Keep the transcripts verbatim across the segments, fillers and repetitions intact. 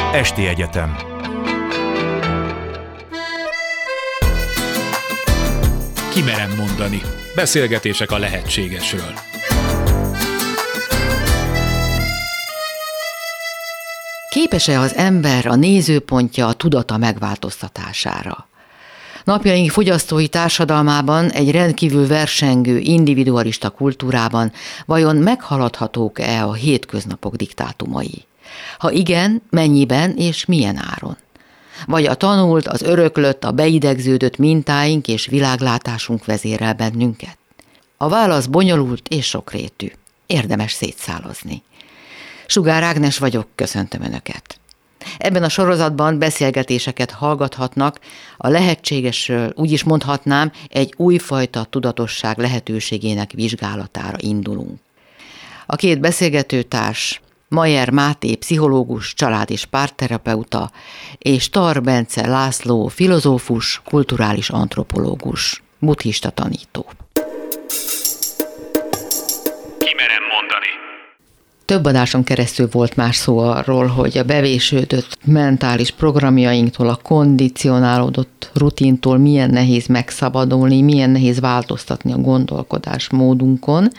Esti Egyetem. Kimerem mondani. Beszélgetések a lehetségesről. Képes-e az ember a nézőpontja a tudata megváltoztatására? Napjaink fogyasztói társadalmában, egy rendkívül versengő, individualista kultúrában vajon meghaladhatók-e a hétköznapok diktátumai? Ha igen, mennyiben és milyen áron? Vagy a tanult, az öröklött, a beidegződött mintáink és világlátásunk vezérel bennünket? A válasz bonyolult és sokrétű. Érdemes szétszálazni. Sugár Ágnes vagyok, köszöntöm Önöket. Ebben a sorozatban beszélgetéseket hallgathatnak, a lehetségesről, úgy is mondhatnám, egy újfajta tudatosság lehetőségének vizsgálatára indulunk. A két beszélgetőtárs, Mayer Máté pszichológus, család- és párterapeuta, és Tar Bence László filozófus, kulturális antropológus, buddhista tanító. Kimerem mondani. Több adáson keresztül volt más szó arról, hogy a bevésődött mentális programjainktól, a kondicionálódott rutintól milyen nehéz megszabadulni, milyen nehéz változtatni a gondolkodásmódunkon,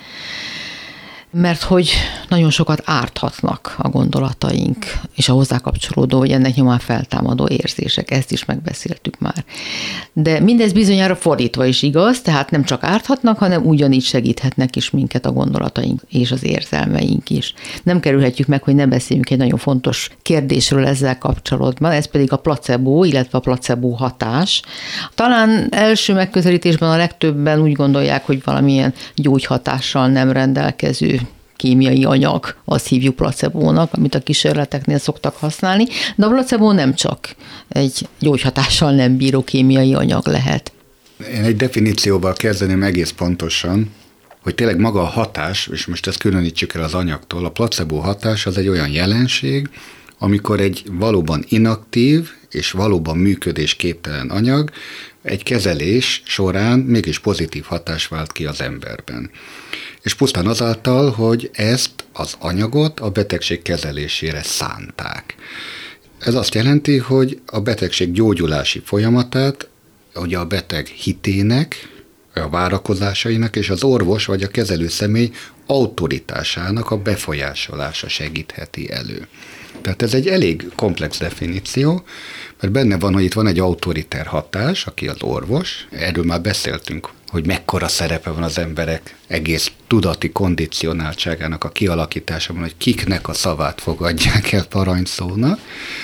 mert hogy nagyon sokat árthatnak a gondolataink, és a hozzá kapcsolódó, vagy ennek nyomán feltámadó érzések, ezt is megbeszéltük már. De mindez bizonyára fordítva is igaz, tehát nem csak árthatnak, hanem ugyanígy segíthetnek is minket a gondolataink és az érzelmeink is. Nem kerülhetjük meg, hogy ne beszéljünk egy nagyon fontos kérdésről ezzel kapcsolatban, ez pedig a placebo, illetve a placebo hatás. Talán első megközelítésben a legtöbben úgy gondolják, hogy valamilyen gyógyhatással nem rendelkező kémiai anyag, azt hívjuk placebónak, amit a kísérleteknél szoktak használni, de a placebo nem csak egy gyógyhatással nem bíró kémiai anyag lehet. Én egy definícióval kezdeném egész pontosan, hogy tényleg maga a hatás, és most ezt különítsük el az anyagtól, a placebo hatás az egy olyan jelenség, amikor egy valóban inaktív és valóban működésképtelen anyag egy kezelés során mégis pozitív hatás vált ki az emberben. És pusztán azáltal, hogy ezt az anyagot a betegség kezelésére szánták. Ez azt jelenti, hogy a betegség gyógyulási folyamatát, ugye a beteg hitének, a várakozásainak és az orvos vagy a kezelő személy autoritásának a befolyásolása segítheti elő. Tehát ez egy elég komplex definíció, mert benne van, hogy itt van egy autoriter hatás, aki az orvos, erről már beszéltünk, hogy mekkora szerepe van az emberek egész tudati kondicionáltságának a kialakításában, hogy kiknek a szavát fogadják el parancsszónak.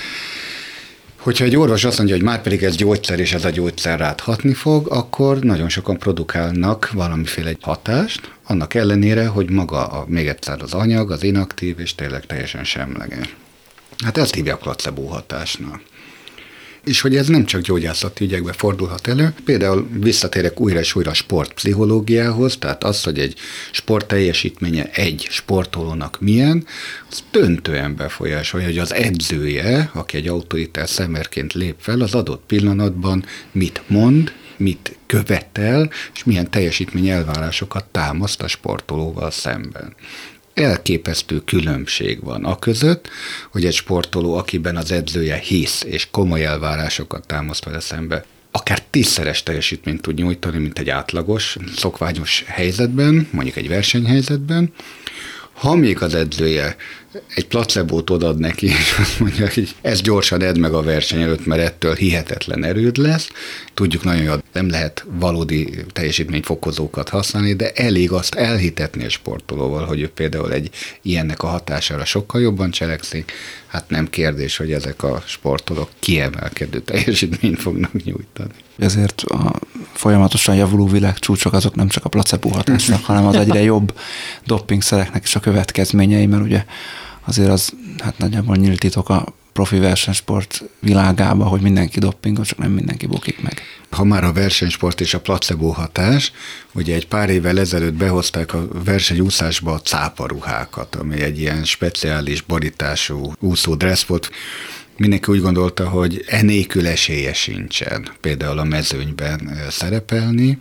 Hogyha egy orvos azt mondja, hogy már pedig ez gyógyszer, és ez a gyógyszer rád hatni fog, akkor nagyon sokan produkálnak valamiféle hatást, annak ellenére, hogy maga a, még egyszer az anyag, az inaktív, és tényleg teljesen semleges. Hát ezt hívják placebo hatásnak. És hogy ez nem csak gyógyászati ügyekben fordulhat elő, például visszatérek újra és újra a sportpszichológiához, tehát az, hogy egy sport teljesítménye egy sportolónak milyen, az döntően befolyásolja, hogy az edzője, aki egy autoritár szemerként lép fel, az adott pillanatban mit mond, mit követel, és milyen teljesítmény elvárásokat támaszt a sportolóval szemben. Elképesztő különbség van a között, hogy egy sportoló, akiben az edzője hisz, és komoly elvárásokat támaszt vele szembe, akár tízszeres teljesítményt tud nyújtani, mint egy átlagos, szokványos helyzetben, mondjuk egy versenyhelyzetben. Ha még az edzője egy placebót odad neki, és azt mondja, hogy ezt gyorsan edd meg a verseny előtt, mert ettől hihetetlen erőd lesz. Tudjuk nagyon jól, nem lehet valódi teljesítményfokozókat használni, de elég azt elhitetni a sportolóval, hogy ő például egy ilyennek a hatására sokkal jobban cselekszik. Hát nem kérdés, hogy ezek a sportolók kiemelkedő teljesítményt fognak nyújtani. Ezért a folyamatosan javuló világcsúcsok azok nem csak a placebo hatásnak, hanem az egyre jobb dopingszereknek is a következményei, mert ugye azért az hát nagyjából nyílt titok a profi versenysport világába, hogy mindenki doppingol, csak nem mindenki bukik meg. Ha már a versenysport és a placebo hatás, ugye egy pár évvel ezelőtt behozták a versenyúszásba a cáparuhákat, ami egy ilyen speciális borítású úszó dressz volt. Mindenki úgy gondolta, hogy enélkül esélye sincsen például a mezőnyben szerepelni,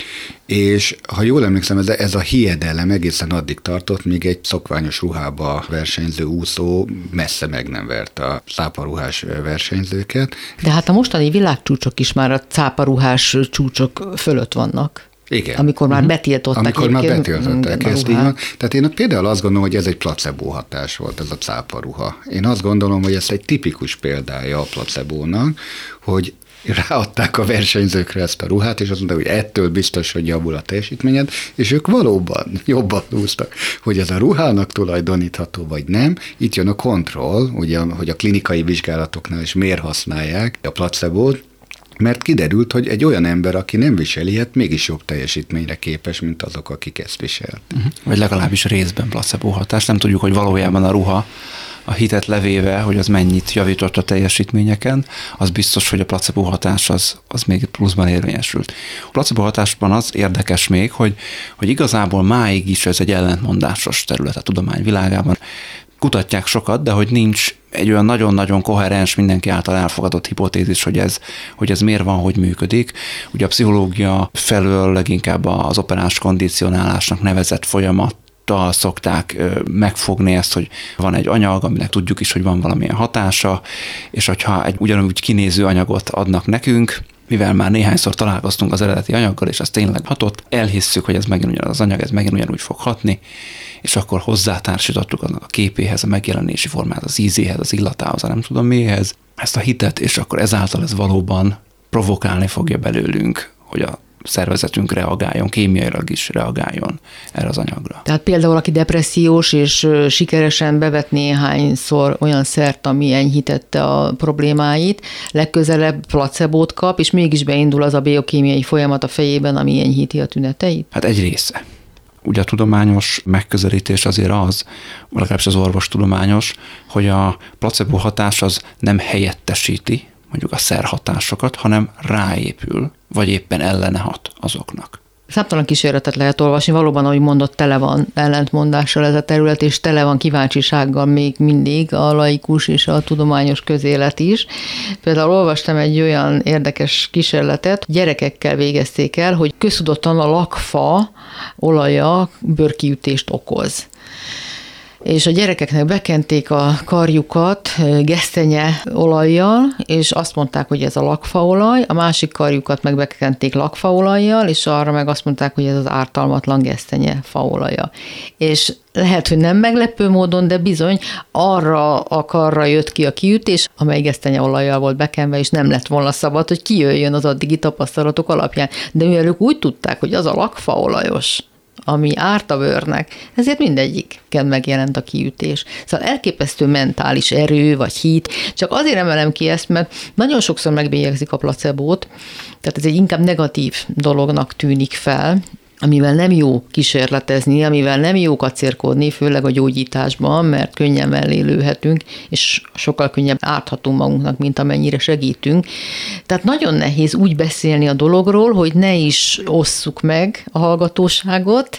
és ha jól emlékszem, ez, ez a hiedelem egészen addig tartott, míg egy szokványos ruhába versenyző úszó messze meg nem vert a cáparuhás versenyzőket. De hát a mostani világcsúcsok is már a cáparuhás csúcsok fölött vannak. Igen. Amikor már betiltották. Amikor már betiltották ezt, így van. Tehát én például azt gondolom, hogy ez egy placebo hatás volt, ez a cáparuha. Én azt gondolom, hogy ez egy tipikus példája a placebónak, hogy ráadták a versenyzőkre ezt a ruhát, és azt mondták, hogy ettől biztos, hogy javul a teljesítményed, és ők valóban jobban úsztak, hogy ez a ruhának tulajdonítható, vagy nem. Itt jön a kontroll, ugye, hogy a klinikai vizsgálatoknál is miért használják a placebót, mert kiderült, hogy egy olyan ember, aki nem viseli ilyet, mégis jobb teljesítményre képes, mint azok, akik ezt viselt. Uh-huh. Vagy legalábbis részben placebo hatás. Nem tudjuk, hogy valójában a ruha a hitet levéve, hogy az mennyit javított a teljesítményeken, az biztos, hogy a placebo hatás az, az még pluszban érvényesült. A placebo hatásban az érdekes még, hogy, hogy igazából máig is ez egy ellentmondásos terület a tudomány világában. Kutatják sokat, de hogy nincs egy olyan nagyon-nagyon koherens, mindenki által elfogadott hipotézis, hogy ez, hogy ez miért van, hogy működik. Ugye a pszichológia felől leginkább az operáns kondicionálásnak nevezett folyamat szokták megfogni ezt, hogy van egy anyag, aminek tudjuk is, hogy van valamilyen hatása, és hogyha egy ugyanúgy kinéző anyagot adnak nekünk, mivel már néhányszor találkoztunk az eredeti anyaggal, és ez tényleg hatott, elhisszük, hogy ez megint ugyanaz az anyag, ez megint ugyanúgy fog hatni, és akkor hozzátársítottuk annak a képéhez, a megjelenési formához, az ízéhez, az illatához, nem tudom mihez, ezt a hitet, és akkor ezáltal ez valóban provokálni fogja belőlünk, hogy a szervezetünk reagáljon, kémiailag is reagáljon erre az anyagra. Tehát például, aki depressziós, és sikeresen bevet néhányszor olyan szert, ami enyhítette a problémáit, legközelebb placebót kap, és mégis beindul az a biokémiai folyamat a fejében, ami enyhíti a tüneteit? Hát egy része. Ugye a tudományos megközelítés azért az, legalábbis az orvostudományos, hogy a placebo hatás az nem helyettesíti mondjuk a szerhatásokat, hanem ráépül, vagy éppen ellene hat azoknak. Számtalan kísérletet lehet olvasni, valóban, ahogy mondott, tele van ellentmondással ez a terület, és tele van kíváncsisággal még mindig a laikus és a tudományos közélet is. Például olvastam egy olyan érdekes kísérletet, gyerekekkel végezték el, hogy köztudottan a lakfa olaja bőrkiütést okoz. És a gyerekeknek bekenték a karjukat gesztenye olajjal, és azt mondták, hogy ez a lakfaolaj, a másik karjukat meg bekenték lakfaolajjal, és arra meg azt mondták, hogy ez az ártalmatlan gesztenye faolaja. És lehet, hogy nem meglepő módon, de bizony arra a karra jött ki a kiütés, amely gesztenyeolajjal volt bekenve, és nem lett volna szabad, hogy kijöjjön az addigi tapasztalatok alapján. De mivel ők úgy tudták, hogy az a lakfaolajos, ami árt a bőrnek, ezért mindegyiken megjelent a kiütés. Szóval elképesztő mentális erő, vagy hit. Csak azért emelem ki ezt, mert nagyon sokszor megbélyegzik a placebót, tehát ez egy inkább negatív dolognak tűnik fel, amivel nem jó kísérletezni, amivel nem jó kacérkodni, főleg a gyógyításban, mert könnyen mellé lőhetünk, és sokkal könnyebb árthatunk magunknak, mint amennyire segítünk. Tehát nagyon nehéz úgy beszélni a dologról, hogy ne is osszuk meg a hallgatóságot,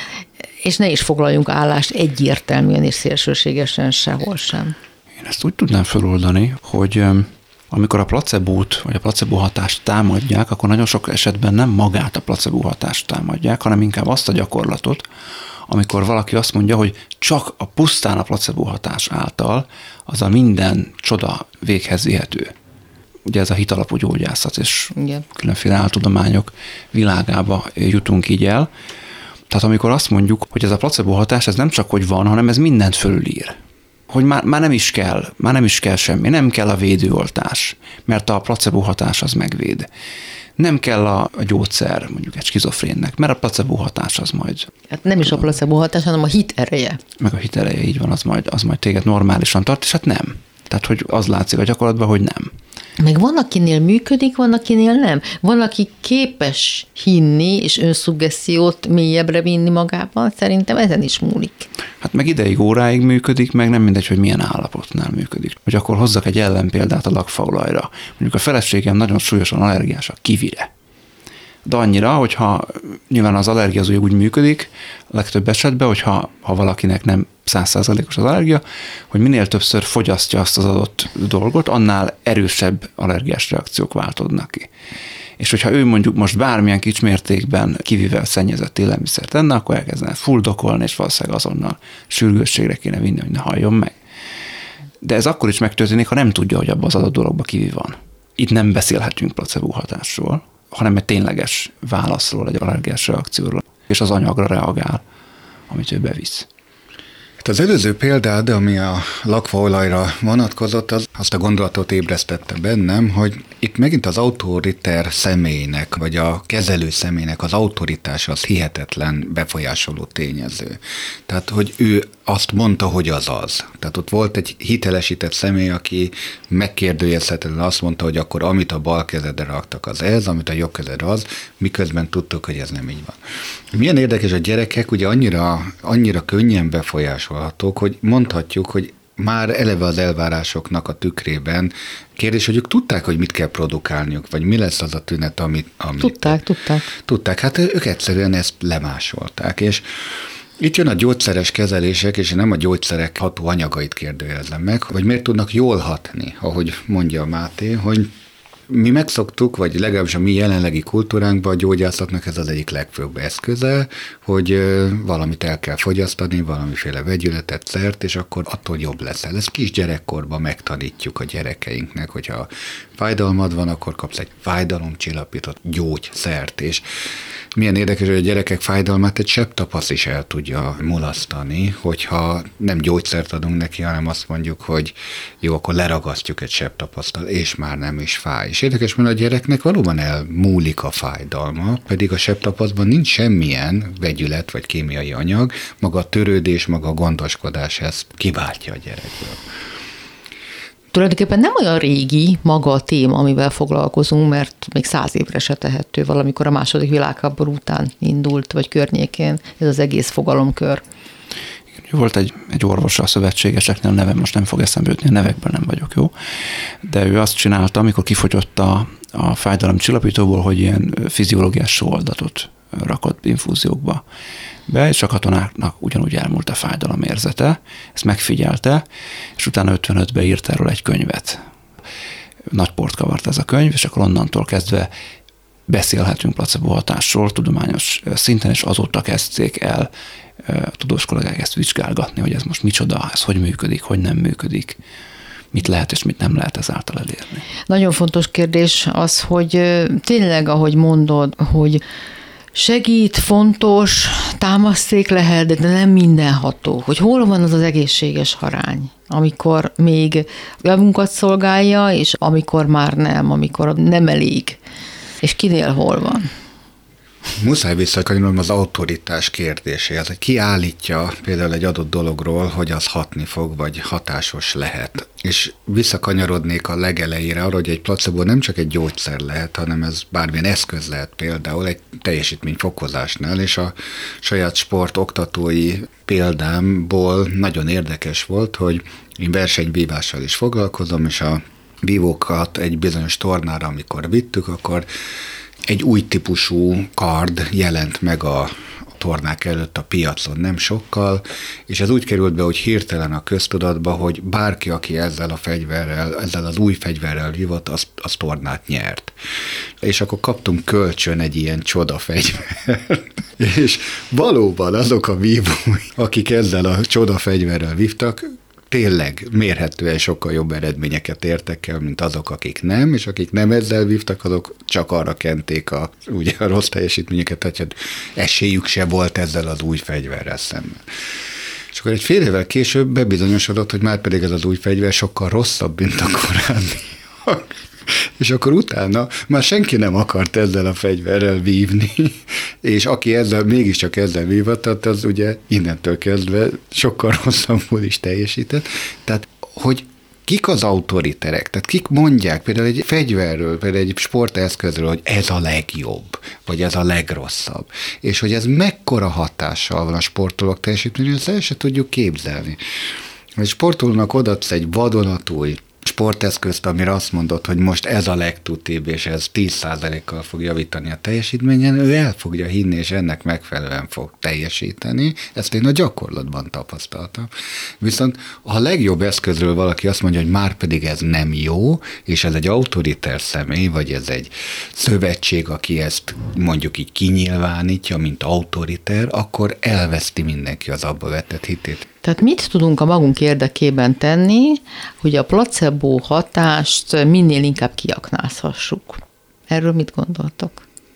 és ne is foglaljunk állást egyértelműen és szélsőségesen sehol sem. Én ezt úgy tudnám feloldani, hogy amikor a placebót vagy a placebo hatást támadják, akkor nagyon sok esetben nem magát a placebo hatást támadják, hanem inkább azt a gyakorlatot, amikor valaki azt mondja, hogy csak a pusztán a placebo hatás által az a minden csoda véghez vihető. Ugye ez a hitalapú gyógyászat és igen, különféle áltudományok világába jutunk így el. Tehát amikor azt mondjuk, hogy ez a placebo hatás, ez nem csak hogy van, hanem ez mindent fölülír. Hogy már, már nem is kell, már nem is kell semmi, nem kell a védőoltás, mert a placebo hatás az megvéd. Nem kell a, a gyógyszer mondjuk egy skizofrénnek, mert a placebo hatás az majd... Hát nem is a placebo hatás, hanem a hit ereje. Meg a hit ereje, így van, az majd, az majd téged normálisan tart, és hát nem. Tehát, hogy az látszik a gyakorlatban, hogy nem. Meg van, akinél működik, van, akinél nem. Van, aki képes hinni, és önszuggessziót mélyebbre vinni magában, szerintem ezen is múlik. Hát meg ideig, óráig működik, meg nem mindegy, hogy milyen állapotnál működik. Hogy akkor hozzak egy ellenpéldát a lakfaolajra. Mondjuk a feleségem nagyon súlyosan allergiás a kivire. de annyira, hogyha nyilván az allergia az úgy működik, a legtöbb esetben, hogyha ha valakinek nem száz százalékos az allergia, hogy minél többször fogyasztja azt az adott dolgot, annál erősebb allergiás reakciók változnak ki. És hogyha ő mondjuk most bármilyen kis mértékben kivivel szennyezett élelmiszert enne, akkor elkezdene fuldokolni, és valószínűleg azonnal sürgősségre kéne vinni, hogy ne halljon meg. De ez akkor is megtörténik, ha nem tudja, hogy abban az adott dologban kivi van. Itt nem beszélhetünk placebo hatásról, hanem egy tényleges válaszról, egy allergiás reakcióról, és az anyagra reagál, amit ő bevisz. Az előző példád, ami a lakvaolajra vonatkozott, az azt a gondolatot ébresztette bennem, hogy itt megint az autoriter személynek, vagy a kezelő személynek az autoritás az hihetetlen befolyásoló tényező. Tehát, hogy ő azt mondta, hogy az az. Tehát ott volt egy hitelesített személy, aki megkérdőjelezhetetlenül azt mondta, hogy akkor amit a bal kezedre raktak, az ez, amit a jobb kezedre az, miközben tudtuk, hogy ez nem így van. Milyen érdekes, a gyerekek ugye annyira, annyira könnyen befolyásolhatók, hogy mondhatjuk, hogy már eleve az elvárásoknak a tükrében kérdés, hogy ők tudták, hogy mit kell produkálniuk, vagy mi lesz az a tünet, amit... amit tudták, tudták. Tudták, hát ők egyszerűen ezt lemásolták, és itt jön a gyógyszeres kezelések, és nem a gyógyszerek ható anyagait kérdőjelezem meg, hogy miért tudnak jól hatni, ahogy mondja Máté, hogy mi megszoktuk, vagy legalábbis a mi jelenlegi kultúránkban a gyógyászatnak ez az egyik legfőbb eszköze, hogy valamit el kell fogyasztani, valamiféle vegyületet, szert, és akkor attól jobb leszel. Ezt kisgyerekkorban megtanítjuk a gyerekeinknek, hogyha fájdalmad van, akkor kapsz egy fájdalomcsillapított gyógyszert, és milyen érdekes, hogy a gyerekek fájdalmát egy sebtapasz is el tudja mulasztani, hogyha nem gyógyszert adunk neki, hanem azt mondjuk, hogy jó, akkor leragasztjuk egy sebtapasztal, és már nem is fáj. És érdekes, mert a gyereknek valóban elmúlik a fájdalma, pedig a sebtapaszban nincs semmilyen vegyület vagy kémiai anyag, maga a törődés, maga a gondoskodás ezt kiváltja a gyerekből. Tulajdonképpen nem olyan régi maga a téma, amivel foglalkozunk, mert még száz évre se tehető, valamikor a második világháború után indult, vagy környékén ez az egész fogalomkör. Volt egy, egy orvos a szövetségeseknél, a nevem most nem fog eszembe jutni, a nevekben nem vagyok jó, de ő azt csinálta, amikor kifogyott a, a fájdalomcsillapítóból, hogy ilyen fiziológiás sóoldatot rakott infúziókba be, és a katonáknak ugyanúgy elmúlt a fájdalom érzete, ezt megfigyelte, és utána ötvenötben írt erről egy könyvet. Nagy port kavart ez a könyv, és akkor onnantól kezdve beszélhetünk placebo hatásról tudományos szinten, és azóta kezdték el a tudós kollégák ezt vizsgálgatni, hogy ez most micsoda, ez hogy működik, hogy nem működik, mit lehet és mit nem lehet ezáltal elérni. Nagyon fontos kérdés az, hogy tényleg, ahogy mondod, hogy segít, fontos, támaszték lehet, de nem mindenható. Hogy hol van az az egészséges arány, amikor még javunkat szolgálja, és amikor már nem, amikor nem elég. És kinél hol van? Muszáj visszakanyarodnom az autoritás kérdéséhez, hogy ki állítja például egy adott dologról, hogy az hatni fog, vagy hatásos lehet. És visszakanyarodnék a legelejére arra, hogy egy placebo nem csak egy gyógyszer lehet, hanem ez bármilyen eszköz lehet, például egy teljesítményfokozásnál, és a saját sport oktatói példámból nagyon érdekes volt, hogy én versenyvívással is foglalkozom, és a vívókat egy bizonyos tornára, amikor vittük, akkor egy új típusú kard jelent meg a tornák előtt a piacon nem sokkal, és ez úgy került be, hogy hirtelen a köztudatba, hogy bárki, aki ezzel a fegyverrel, ezzel az új fegyverrel vívott, az, az tornát nyert. És akkor kaptunk kölcsön egy ilyen csoda fegyvert. És valóban azok a vívói, akik ezzel a csoda fegyverrel vívtak, tényleg mérhetően sokkal jobb eredményeket értek el, mint azok, akik nem, és akik nem ezzel vívtak, azok csak arra kenték a, ugye, a rossz teljesítményeket, hogy esélyük se volt ezzel az új fegyverrel szemben. És akkor egy fél évvel később bebizonyosodott, hogy már pedig ez az új fegyver sokkal rosszabb, mint a korábbi. És akkor utána már senki nem akart ezzel a fegyverrel vívni, és aki ezzel, mégiscsak ezzel vívatott, az ugye innentől kezdve sokkal rosszabbul is teljesített. Tehát, hogy kik az autoriterek, tehát kik mondják például egy fegyverről, például egy sporteszközről, hogy ez a legjobb, vagy ez a legrosszabb, és hogy ez mekkora hatással van a sportolók teljesítményére, ezt el se tudjuk képzelni. Egy sportolónak odaadsz egy vadonatúj sporteszközt, amire azt mondod, hogy most ez a legtutibb, és ez tíz százalékkal fog javítani a teljesítményen, ő el fogja hinni, és ennek megfelelően fog teljesíteni. Ezt én a gyakorlatban tapasztaltam. Viszont ha a legjobb eszközről valaki azt mondja, hogy már pedig ez nem jó, és ez egy autoriter személy, vagy ez egy szövetség, aki ezt mondjuk így kinyilvánítja, mint autoriter, akkor elveszti mindenki az abba vetett hitét. Tehát mit tudunk a magunk érdekében tenni, hogy a placebo hatást minél inkább kiaknázhassuk? Erről mit gondoltok?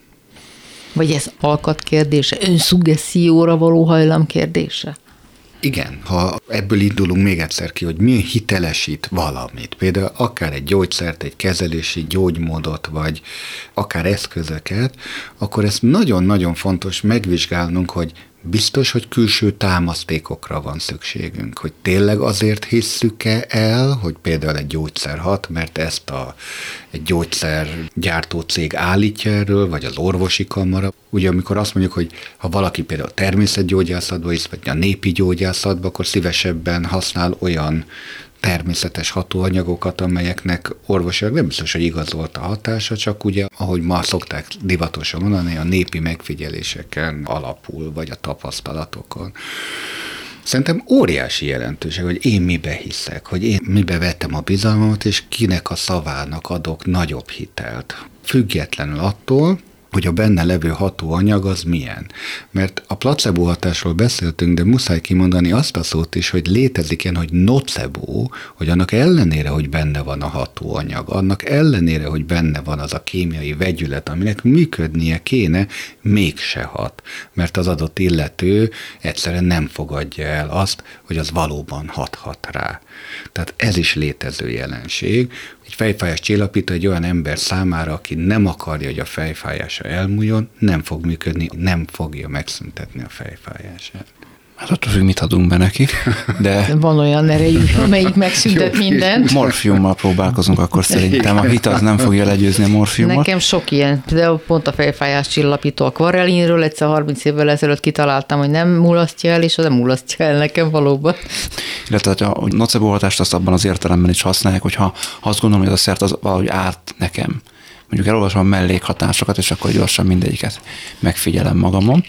Vagy ez alkat kérdése, önszuggeszióra való hajlam kérdése? Igen, ha ebből indulunk még egyszer ki, hogy mi hitelesít valamit, például akár egy gyógyszert, egy kezelési gyógymódot, vagy akár eszközöket, akkor ezt nagyon-nagyon fontos megvizsgálnunk, hogy biztos, hogy külső támasztékokra van szükségünk, hogy tényleg azért hisszük-e el, hogy például egy gyógyszer hat, mert ezt a, egy gyógyszergyártó cég állítja erről, vagy az orvosi kamara. Ugye amikor azt mondjuk, hogy ha valaki például természetgyógyászatba is, vagy a népi gyógyászatba, akkor szívesebben használ olyan természetes hatóanyagokat, amelyeknek orvosilag nem biztos, hogy igazolt a hatása, csak ugye, ahogy ma szokták divatosan mondani, a népi megfigyeléseken alapul, vagy a tapasztalatokon. Szerintem óriási jelentőség, hogy én mibe hiszek, hogy én mibe vettem a bizalmat, és kinek a szavának adok nagyobb hitelt. Függetlenül attól, hogy a benne levő hatóanyag az milyen. Mert a placebo hatásról beszéltünk, de muszáj kimondani azt a szót is, hogy létezik ilyen, hogy nocebo, hogy annak ellenére, hogy benne van a hatóanyag, annak ellenére, hogy benne van az a kémiai vegyület, aminek működnie kéne, mégse hat. Mert az adott illető egyszerűen nem fogadja el azt, hogy az valóban hathat rá. Tehát ez is létező jelenség. Egy fejfájás csillapító egy olyan ember számára, aki nem akarja, hogy a fejfájása elmúljon, nem fog működni, nem fogja megszüntetni a fejfájását. Hát attól függ, mit adunk be neki, de... Van olyan erejű, amelyik megszüntet mindent. Morfiummal próbálkozunk, akkor szerintem a hit az nem fogja legyőzni a morfiumot. Nekem sok ilyen, de pont a fejfájás csillapító a kvarelinről egyszer harminc évvel ezelőtt kitaláltam, hogy nem mulasztja el, és az nem mulasztja el nekem valóban. Illetve a nocebo hatást azt abban az értelemben is használják, hogyha azt gondolom, hogy az a szert az valahogy árt nekem. Mondjuk elolvasom a mellékhatásokat, és akkor gyorsan mindegyiket megfigyelem magamon.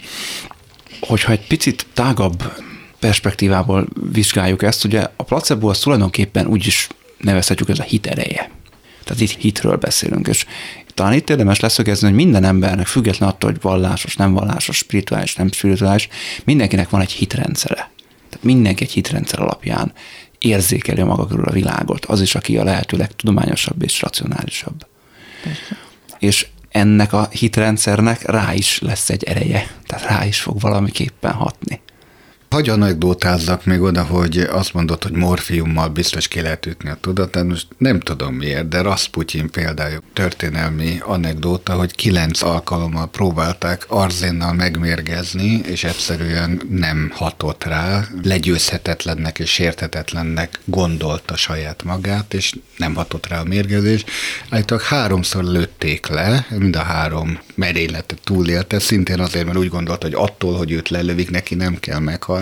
Hogyha egy picit tágabb perspektívából vizsgáljuk ezt, ugye a placebo az tulajdonképpen úgy is nevezhetjük, ez a hit ereje. Tehát itt hitről beszélünk, és talán itt érdemes leszögezni, hogy minden embernek, független attól, hogy vallásos, nem vallásos, spirituális, nem spirituális, mindenkinek van egy hitrendszere. Tehát mindenki egy hitrendszer alapján érzékeli a maga körül a világot, az is, aki a lehető legtudományosabb és racionálisabb. Persze. És ennek a hitrendszernek rá is lesz egy ereje, tehát rá is fog valamiképpen hatni. Hagy anekdótázzak még oda, hogy azt mondod, hogy morfiummal biztos ki lehet ütni a tudatát, most nem tudom miért, de Rasputin például történelmi anekdóta, hogy kilenc alkalommal próbálták arzénnal megmérgezni, és egyszerűen nem hatott rá, legyőzhetetlennek és sérthetetlennek gondolta saját magát, és nem hatott rá a mérgezés. Állítólag háromszor lőtték le, mind a három merényletet túlélte, szintén azért, mert úgy gondolta, hogy attól, hogy őt lelövik, neki nem kell meghalni.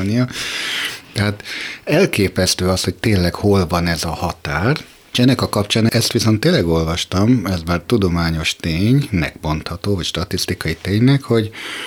Tehát elképesztő az, hogy tényleg hol van ez a határ, és ennek a kapcsán ezt viszont tényleg olvastam, ez már tudományos ténynek bontható, vagy statisztikai ténynek, hogy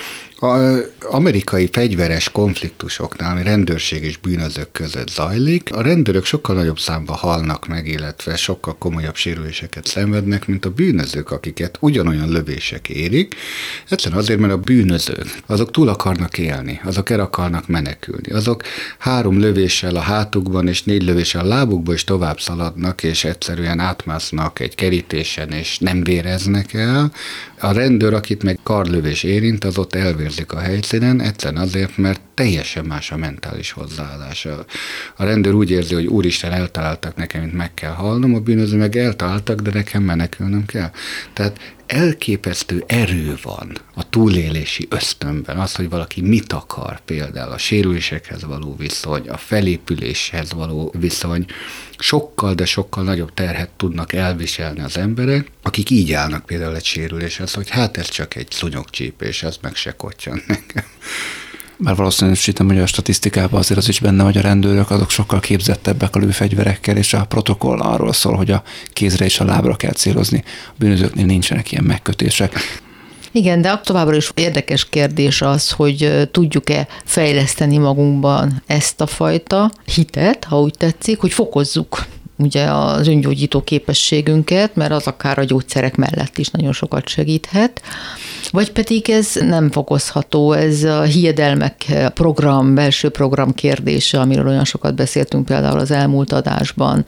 az amerikai fegyveres konfliktusoknál, ami rendőrség és bűnözők között zajlik, a rendőrök sokkal nagyobb számban halnak meg, illetve sokkal komolyabb sérüléseket szenvednek, mint a bűnözők, akiket ugyanolyan lövések érik. Egyszerűen azért, mert a bűnözők, azok túl akarnak élni, azok el akarnak menekülni, azok három lövéssel a hátukban és négy lövéssel a lábukban is tovább szaladnak, és egyszerűen átmásznak egy kerítésen, és nem véreznek el. A rendőr, akit meg karlövés érint, az ott elvérzik a helyszínen, egyszerűen azért, mert teljesen más a mentális hozzáállása. A rendőr úgy érzi, hogy úristen, eltaláltak nekem, mint meg kell halnom, a bűnöző meg eltaláltak, de nekem menekülnöm kell. Tehát elképesztő erő van a túlélési ösztönben, az, hogy valaki mit akar, például a sérülésekhez való viszony, a felépüléshez való viszony, sokkal, de sokkal nagyobb terhet tudnak elviselni az emberek, akik így állnak például egy sérüléshez, hogy hát ez csak egy szúnyogcsípés, ez meg se kottyan nekem. Bár valószínűsítem, hogy a statisztikában azért az is benne, hogy a rendőrök azok sokkal képzettebbek a lőfegyverekkel, és a protokoll arról szól, hogy a kézre és a lábra kell célozni. A bűnözőknél nincsenek ilyen megkötések. Igen, de továbbra is érdekes kérdés az, hogy tudjuk-e fejleszteni magunkban ezt a fajta hitet, ha úgy tetszik, hogy fokozzuk ugye az öngyógyító képességünket, mert az akár a gyógyszerek mellett is nagyon sokat segíthet, vagy pedig ez nem fokozható, ez a hiedelmek program, belső program kérdése, amiről olyan sokat beszéltünk például az elmúlt adásban,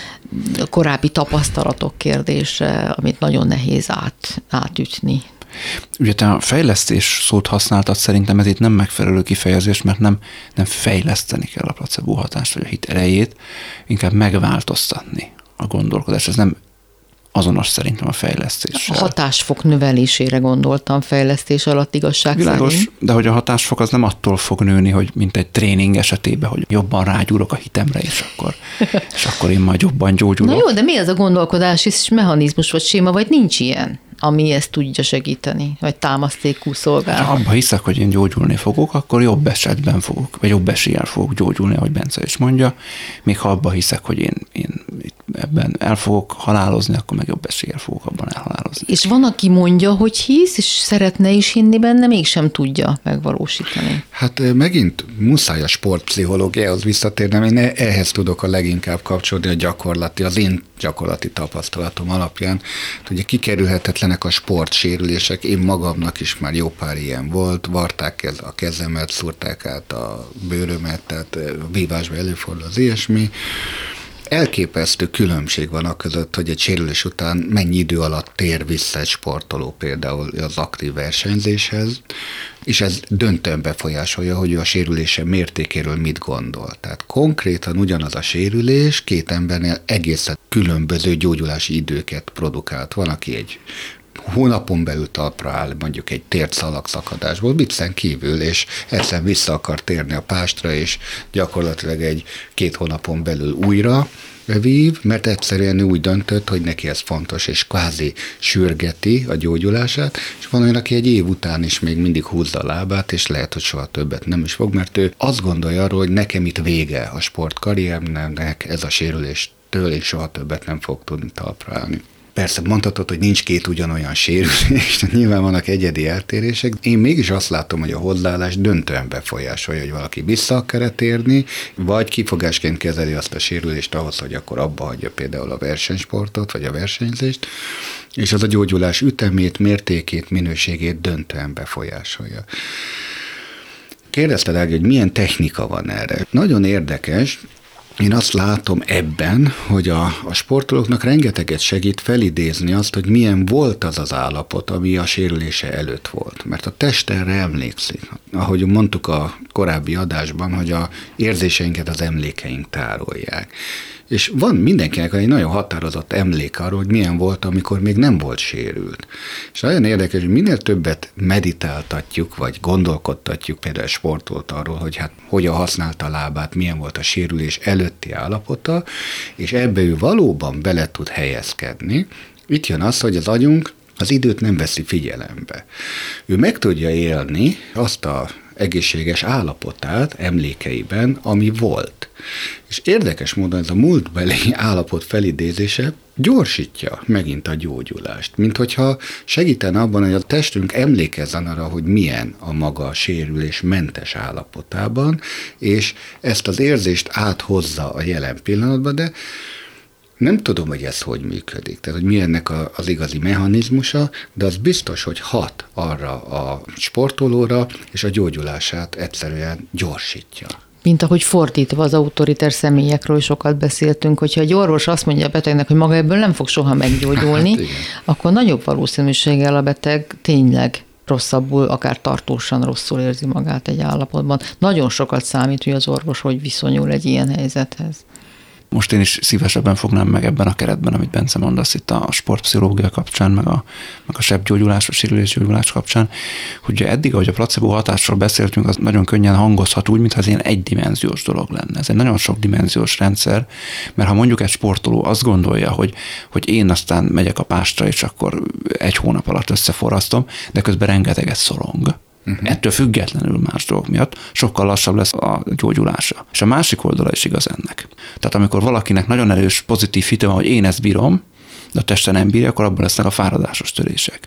a korábbi tapasztalatok kérdése, amit nagyon nehéz át, átütni. Ugye te a fejlesztés szót használtad, szerintem ez itt nem megfelelő kifejezés, mert nem, nem fejleszteni kell a placebo hatást, vagy a hit erejét, inkább megváltoztatni a gondolkodást. Ez nem azonos szerintem a fejlesztéssel. A hatásfok növelésére gondoltam fejlesztés alatt igazság Világos, szerint. De hogy a hatásfok az nem attól fog nőni, hogy mint egy tréning esetében, hogy jobban rágyúrok a hitemre, és akkor, és akkor én majd jobban gyógyulok. Na jó, de mi az a gondolkodási mechanizmus vagy séma, vagy nincs ilyen, ami ezt tudja segíteni, vagy támasztékú szolgál? Ha abba hiszek, hogy én gyógyulni fogok, akkor jobb esetben fogok, vagy jobb eséllyel fogok gyógyulni, ahogy Bence is mondja. Még ha abba hiszek, hogy én, én ebben el fogok halálozni, akkor meg jobb eséllyel fogok abban elhalálozni. És van, aki mondja, hogy hisz, és szeretne is hinni benne, mégsem tudja megvalósítani. Hát megint muszáj a sportpszichológiához visszatérnem, én ehhez tudok a leginkább kapcsolódni a gyakorlati, az én gyakorlati tapasztalatom alapján. Ugye kikerülhetetlenek a sportsérülések, én magamnak is már jó pár ilyen volt, varták a kezemet, szúrták át a bőrömet, tehát vívásban előfordul az ilyesmi. Elképesztő különbség van a között, hogy egy sérülés után mennyi idő alatt tér vissza egy sportoló például az aktív versenyzéshez, és ez döntően befolyásolja, hogy ő a sérülése mértékéről mit gondol. Tehát konkrétan ugyanaz a sérülés két embernél egészen különböző gyógyulási időket produkált. Van, aki egy hónapon belül talpra áll mondjuk egy térdszalag szakadásból, viccen kívül, és egyszerűen vissza akar térni a pástra, és gyakorlatilag egy két hónapon belül újra vív, mert egyszerűen úgy döntött, hogy neki ez fontos, és kvázi sürgeti a gyógyulását, és van olyan, aki egy év után is még mindig húzza a lábát, és lehet, hogy soha többet nem is fog, mert ő azt gondolja arról, hogy nekem itt vége a sportkarrieremnek, ez a sérüléstől, és soha többet nem fog tudni talpra állni. Persze mondhatod, hogy nincs két ugyanolyan sérülés, nyilván vannak egyedi eltérések. Én mégis azt látom, hogy a hozzáállás döntően befolyásolja, hogy valaki vissza akar térni, vagy kifogásként kezeli azt a sérülést ahhoz, hogy akkor abba hagyja például a versenysportot, vagy a versenyzést, és az a gyógyulás ütemét, mértékét, minőségét döntően befolyásolja. Kérdezted el, hogy milyen technika van erre. Nagyon érdekes. Én azt látom ebben, hogy a, a sportolóknak rengeteget segít felidézni azt, hogy milyen volt az az állapot, ami a sérülése előtt volt. Mert a test erre emlékszik. Ahogy mondtuk a korábbi adásban, hogy a érzéseinket az emlékeink tárolják. És van mindenkinek egy nagyon határozott emlék arról, hogy milyen volt, amikor még nem volt sérült. És nagyon érdekes, hogy minél többet meditáltatjuk, vagy gondolkodtatjuk például sportolt arról, hogy hát hogyan használta a lábát, milyen volt a sérülés előtti állapota, és ebbe ő valóban bele tud helyezkedni. Itt jön az, hogy az agyunk az időt nem veszi figyelembe. Ő meg tudja élni azt a egészséges állapotát emlékeiben, ami volt. És érdekes módon ez a múltbeli állapot felidézése gyorsítja megint a gyógyulást, mint hogyha segítene abban, hogy a testünk emlékezzen arra, hogy milyen a maga a sérülés mentes állapotában, és ezt az érzést áthozza a jelen pillanatban, de nem tudom, hogy ez hogy működik, tehát hogy mi ennek a, az igazi mechanizmusa, de az biztos, hogy hat arra a sportolóra, és a gyógyulását egyszerűen gyorsítja. Mint ahogy fordítva az autoriter személyekről sokat beszéltünk, hogyha egy orvos azt mondja a betegnek, hogy maga ebből nem fog soha meggyógyulni, hát, akkor nagyobb valószínűséggel a beteg tényleg rosszabbul, akár tartósan rosszul érzi magát egy állapotban. Nagyon sokat számít, hogy az orvos hogy viszonyul egy ilyen helyzethez. Most én is szívesebben fognám meg ebben a keretben, amit Bence mondasz itt a sportpszichológia kapcsán, meg a, meg a sebgyógyulás, a sérülésgyógyulás kapcsán, hogy eddig, ahogy a placebo hatásról beszéltünk, az nagyon könnyen hangozhat úgy, mintha ez ilyen egydimenziós dolog lenne. Ez egy nagyon sokdimenziós rendszer, mert ha mondjuk egy sportoló azt gondolja, hogy, hogy én aztán megyek a pástra, és akkor egy hónap alatt összeforrasztom, de közben rengeteget szorong, Uh-huh. Ettől függetlenül más dolgok miatt sokkal lassabb lesz a gyógyulása. És a másik oldala is igaz ennek. Tehát amikor valakinek nagyon erős pozitív hite van, hogy én ezt bírom, de a teste nem bírja, akkor abban lesznek a fáradásos törések.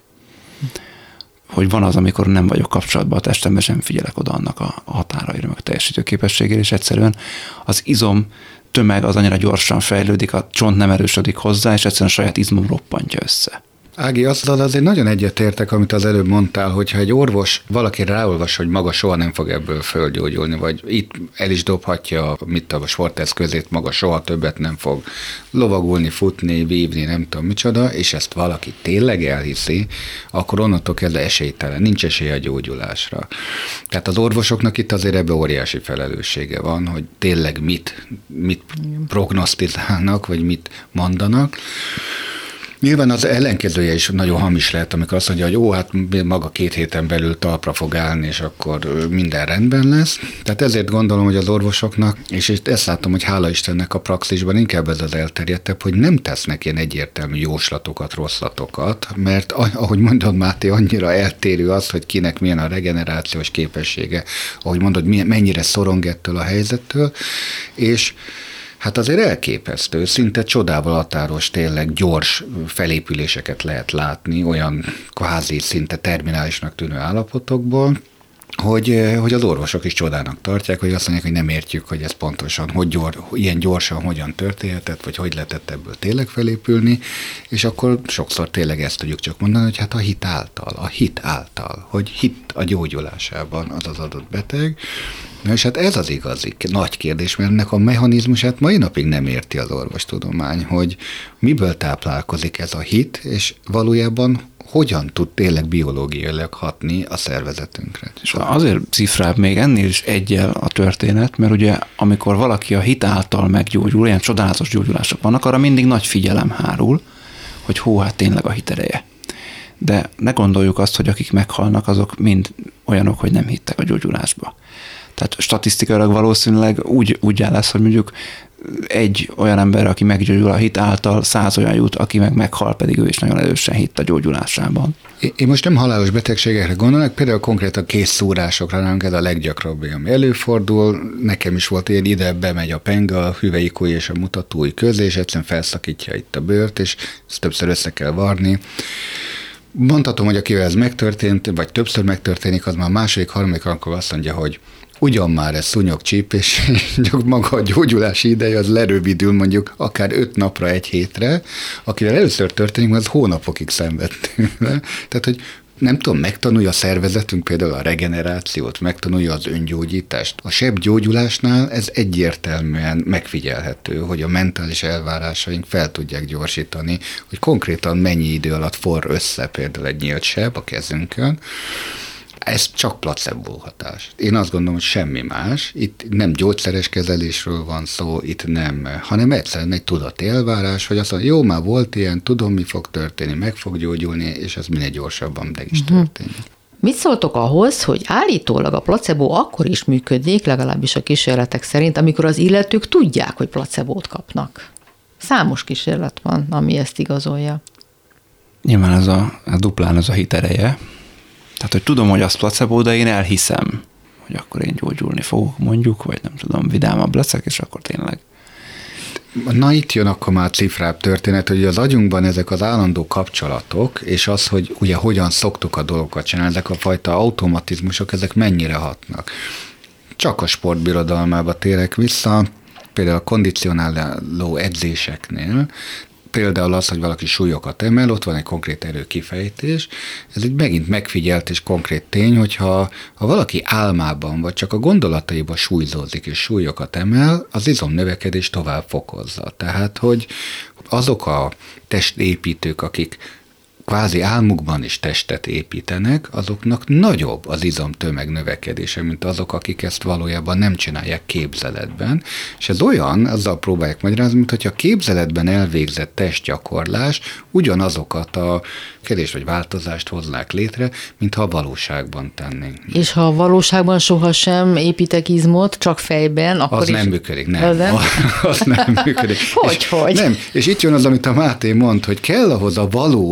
Hogy van az, amikor nem vagyok kapcsolatban a testemben, sem figyelek oda annak a határaira, meg a teljesítő képességére, és egyszerűen az izom tömeg az annyira gyorsan fejlődik, a csont nem erősödik hozzá, és egyszerűen a saját izmom roppantja össze. Ági, azzal azért nagyon egyetértek, amit az előbb mondtál, hogyha egy orvos valaki ráolvas, hogy maga soha nem fog ebből fölgyógyulni, vagy itt el is dobhatja, mit a sporteszközét, maga soha többet nem fog lovagolni, futni, vívni, nem tudom micsoda, és ezt valaki tényleg elhiszi, akkor onnantól kezdve esélytelen, nincs esély a gyógyulásra. Tehát az orvosoknak itt azért ebbe óriási felelőssége van, hogy tényleg mit, mit prognosztizálnak, vagy mit mondanak. Nyilván az ellenkezője is nagyon hamis lehet, amikor azt mondja, hogy ó, hát maga két héten belül talpra fog állni, és akkor minden rendben lesz. Tehát ezért gondolom, hogy az orvosoknak, és ezt látom, hogy hála Istennek a praxisban inkább ez az elterjedtebb, hogy nem tesznek ilyen egyértelmű jóslatokat, rosszlatokat, mert ahogy mondod, Máté, annyira eltérő az, hogy kinek milyen a regenerációs képessége, ahogy mondod, mennyire szorong ettől a helyzettől, és hát azért elképesztő, szinte csodával határos, tényleg gyors felépüléseket lehet látni, olyan kvázi szinte terminálisnak tűnő állapotokból, hogy, hogy az orvosok is csodának tartják, hogy azt mondják, hogy nem értjük, hogy ez pontosan, hogy gyors, ilyen gyorsan hogyan történhetett, vagy hogy lehetett ebből tényleg felépülni, és akkor sokszor tényleg ezt tudjuk csak mondani, hogy hát a hit által, a hit által, hogy hit a gyógyulásában az az adott beteg. Na és hát ez az igazi nagy kérdés, mert ennek a mechanizmusát mai napig nem érti az orvostudomány, hogy miből táplálkozik ez a hit, és valójában hogyan tud tényleg biológiailag hatni a szervezetünkre. És azért cifrább még ennél is egyel a történet, mert ugye amikor valaki a hit által meggyógyul, ilyen csodálatos gyógyulások vannak, arra mindig nagy figyelem hárul, hogy hó, hát tényleg a hit ereje. De ne gondoljuk azt, hogy akik meghalnak, azok mind olyanok, hogy nem hittek a gyógyulásba. Tehát statisztikailag valószínűleg úgy, úgy áll lesz, hogy mondjuk egy olyan ember, aki meggyógyul a hit által, száz olyan jut, aki meg meghal, pedig ő is nagyon erősen hitt a gyógyulásában. Én most nem halálos betegségekre gondolok, például konkrétan készszúrásokra, nálunk ez a leggyakrabb, ami előfordul. Nekem is volt ilyen, ide bemegy a penga, a hüvelykúj és a mutatói közé, és egyszerűen felszakítja itt a bőrt, és ezt többször össze kell varni. Mondhatom, hogy akivel ez megtörtént, vagy többször megtörténik, az már a második, harmadik alkalommal azt mondja, hogy ugyan már ez szúnyogcsíp, és csak maga a gyógyulási ideje az lerövidül mondjuk akár öt napra, egy hétre, akivel először történik, az hónapokig szenvedtünk. Tehát, hogy nem tudom, megtanulja a szervezetünk például a regenerációt, megtanulja az öngyógyítást. A sebgyógyulásnál ez egyértelműen megfigyelhető, hogy a mentális elvárásaink fel tudják gyorsítani, hogy konkrétan mennyi idő alatt forr össze például egy nyílt seb a kezünkön. Ez csak placebo hatás. Én azt gondolom, hogy semmi más. Itt nem gyógyszeres kezelésről van szó, itt nem, hanem egyszerűen egy tudati elvárás, hogy azt mondja, jó, már volt ilyen, tudom, mi fog történni, meg fog gyógyulni, és ez minél gyorsabban meg is uh-huh. történik. Mit szóltok ahhoz, hogy állítólag a placebo akkor is működik, legalábbis a kísérletek szerint, amikor az illetők tudják, hogy placebót kapnak? Számos kísérlet van, ami ezt igazolja. Nyilván ez a, a duplán az a hit ereje. Tehát, hogy tudom, hogy az placebo, de én elhiszem, hogy akkor én gyógyulni fogok, mondjuk, vagy nem tudom, vidámabb leszek, és akkor tényleg. Na itt jön akkor már cifrább történet, hogy az agyunkban ezek az állandó kapcsolatok, és az, hogy ugye hogyan szoktuk a dolgokat csinálni, ezek a fajta automatizmusok, ezek mennyire hatnak. Csak a sportbirodalmába térek vissza, például a kondicionáló edzéseknél, például az, hogy valaki súlyokat emel, ott van egy konkrét erőkifejtés. Ez egy megint megfigyelt és konkrét tény, hogyha ha valaki álmában, vagy csak a gondolataiba súlyzódik és súlyokat emel, az izomnövekedés tovább fokozza. Tehát, hogy azok a testépítők, akik kvázi álmukban is testet építenek, azoknak nagyobb az izomtömeg növekedése, mint azok, akik ezt valójában nem csinálják képzeletben. És ez olyan, azzal próbálják magyarázni, mint hogyha a képzeletben elvégzett testgyakorlás ugyanazokat a kérdés vagy változást hoznák létre, mintha a valóságban tennénk. És ha a valóságban sohasem építek izmot, csak fejben, akkor az is... nem működik, nem. Az nem, az nem működik. hogy, és, hogy? Nem, és itt jön az, amit a Máté mond, hogy kell ahhoz a valódi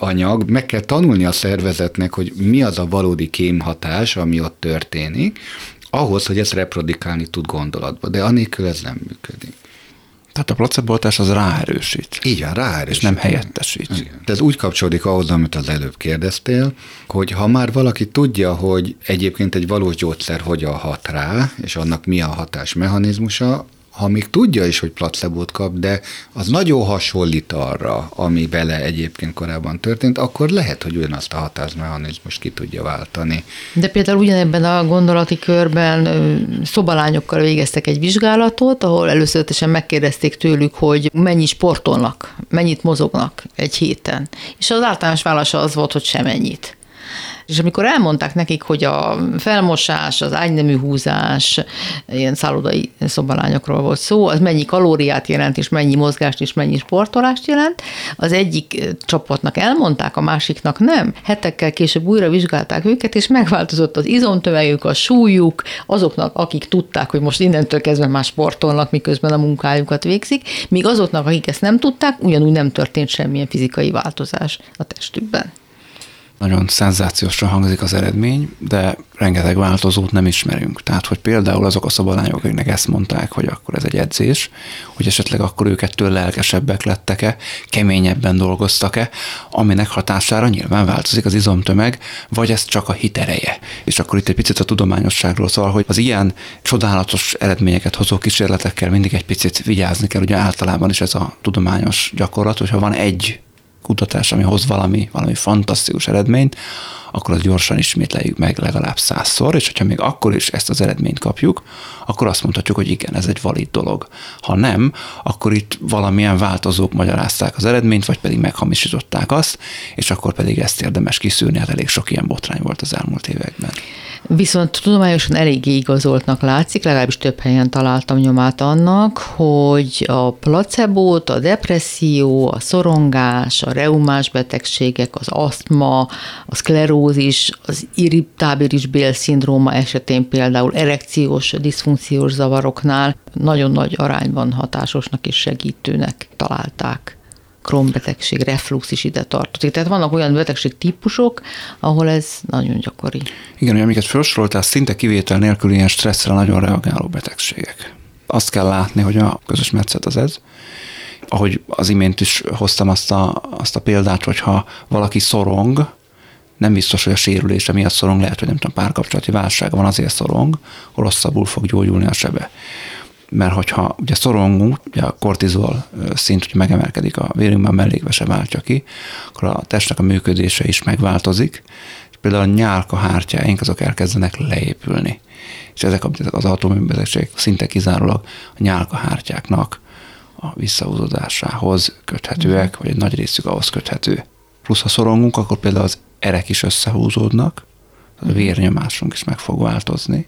anyag, meg kell tanulni a szervezetnek, hogy mi az a valódi kémhatás, ami ott történik, ahhoz, hogy ezt reprodukálni tud gondolatba, de anélkül ez nem működik. Tehát a placebo-hatás az ráerősít. Így van, ráerősít. És nem helyettesít. Igen. De ez úgy kapcsolódik ahhoz, amit az előbb kérdeztél, hogy ha már valaki tudja, hogy egyébként egy valós gyógyszer hogyan hat rá, és annak mi a hatásmechanizmusa, ha még tudja is, hogy placebót kap, de az nagyon hasonlít arra, ami vele egyébként korábban történt, akkor lehet, hogy ugyanazt a hatásmechanizmust ki tudja váltani. De például ugyanebben a gondolati körben szobalányokkal végeztek egy vizsgálatot, ahol először megkérdezték tőlük, hogy mennyi sportolnak, mennyit mozognak egy héten. És az általános válasz az volt, hogy semennyit. És amikor elmondták nekik, hogy a felmosás, az ágynemű húzás, ilyen szállodai szobalányokról volt szó, az mennyi kalóriát jelent, és mennyi mozgást, és mennyi sportolást jelent, az egyik csapatnak elmondták, a másiknak nem. Hetekkel később újra vizsgálták őket, és megváltozott az izomtömegük, a súlyuk, azoknak, akik tudták, hogy most innentől kezdve már sportolnak, miközben a munkájukat végzik, míg azoknak, akik ezt nem tudták, ugyanúgy nem történt semmilyen fizikai változás a testükben. Nagyon szenzációsan hangzik az eredmény, de rengeteg változót nem ismerünk. Tehát, hogy például azok a szobalányok, akiknek ezt mondták, hogy akkor ez egy edzés, hogy esetleg akkor ők ettől lelkesebbek lettek-e, keményebben dolgoztak-e, aminek hatására nyilván változik az izomtömeg, vagy ez csak a hit ereje. És akkor itt egy picit a tudományosságról szól, hogy az ilyen csodálatos eredményeket hozó kísérletekkel mindig egy picit vigyázni kell, ugye általában is ez a tudományos gyakorlat, hogyha van egy kutatás, ami hoz valami, valami fantasztikus eredményt, akkor azt gyorsan ismételjük meg legalább százszor, és hogyha még akkor is ezt az eredményt kapjuk, akkor azt mondhatjuk, hogy igen, ez egy valid dolog. Ha nem, akkor itt valamilyen változók magyarázták az eredményt, vagy pedig meghamisították azt, és akkor pedig ezt érdemes kiszűrni, hát elég sok ilyen botrány volt az elmúlt években. Viszont tudományosan eléggé igazoltnak látszik, legalábbis több helyen találtam nyomát annak, hogy a placebót, a depresszió, a szorongás, a reumás betegségek, az asztma, a szklerózis, az irritábilis bélszindróma esetén például erekciós, diszfunkciós zavaroknál nagyon nagy arányban hatásosnak és segítőnek találták. Crohn-betegség, reflux is ide tartozik. Tehát vannak olyan betegség típusok, ahol ez nagyon gyakori. Igen, hogy amiket felsoroltál, szinte kivétel nélkül ilyen stresszre nagyon reagáló betegségek. Azt kell látni, hogy a közös metszet az ez. Ahogy az imént is hoztam azt a, azt a példát, hogyha valaki szorong, nem biztos, hogy a sérülése miatt szorong, lehet, hogy nem tudom, párkapcsolati válság van, azért szorong, rosszabbul fog gyógyulni a sebe. Mert hogyha ugye szorongunk, ugye a kortizol szint ugye megemelkedik a vérünkben, a mellékvese váltja ki, akkor a testnek a működése is megváltozik, és például a nyálkahártyáink azok elkezdenek leépülni. És ezek az autoimmunbetegségek szinte kizárólag a nyálkahártyáknak a visszahúzódásához köthetőek, vagy egy nagy részük ahhoz köthető. Plusz ha szorongunk, akkor például az erek is összehúzódnak, a vérnyomásunk is meg fog változni.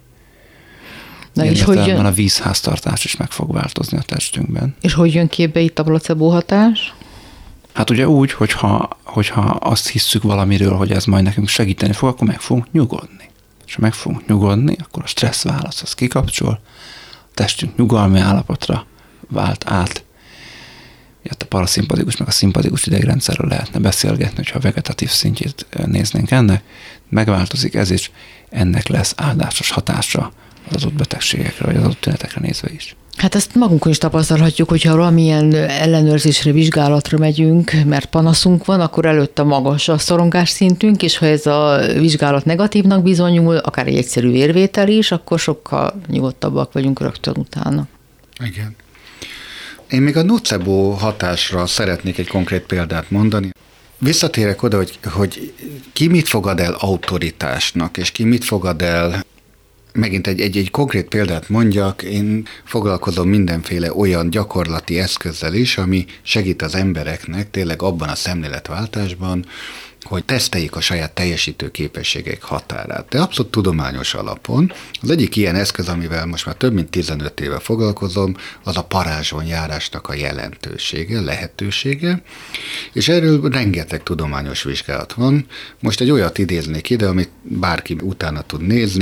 Na és hogy jön... a vízháztartás is meg fog változni a testünkben. És hogy jön képbe itt a placebo hatás? Hát ugye úgy, hogyha, hogyha azt hisszük valamiről, hogy ez majd nekünk segíteni fog, akkor meg fogunk nyugodni. És ha meg fogunk nyugodni, akkor a stressz válasz az kikapcsol, a testünk nyugalmi állapotra vált át. Ilyet a paraszimpatikus meg a szimpatikus idegrendszerről lehetne beszélgetni, hogyha a vegetatív szintjét néznénk ennek. Megváltozik ez is, ennek lesz áldásos hatása az adott betegségekre, vagy az adott tünetekre nézve is. Hát ezt magunkon is tapasztalhatjuk, hogyha valamilyen ellenőrzésre, vizsgálatra megyünk, mert panaszunk van, akkor előtte magas a szorongás szintünk, és ha ez a vizsgálat negatívnak bizonyul, akár egy egyszerű vérvétel is, akkor sokkal nyugodtabbak vagyunk rögtön utána. Igen. Én még a nocebo hatásra szeretnék egy konkrét példát mondani. Visszatérek oda, hogy, hogy ki mit fogad el autoritásnak, és ki mit fogad el. Megint egy, egy, egy konkrét példát mondjak, én foglalkozom mindenféle olyan gyakorlati eszközzel is, ami segít az embereknek tényleg abban a szemléletváltásban, hogy teszteljék a saját teljesítő képességek határát. De abszolút tudományos alapon. Az egyik ilyen eszköz, amivel most már több mint tizenöt éve foglalkozom, az a parázsonjárásnak a jelentősége, lehetősége, és erről rengeteg tudományos vizsgálat van. Most egy olyat idéznék ide, amit bárki utána tud nézni,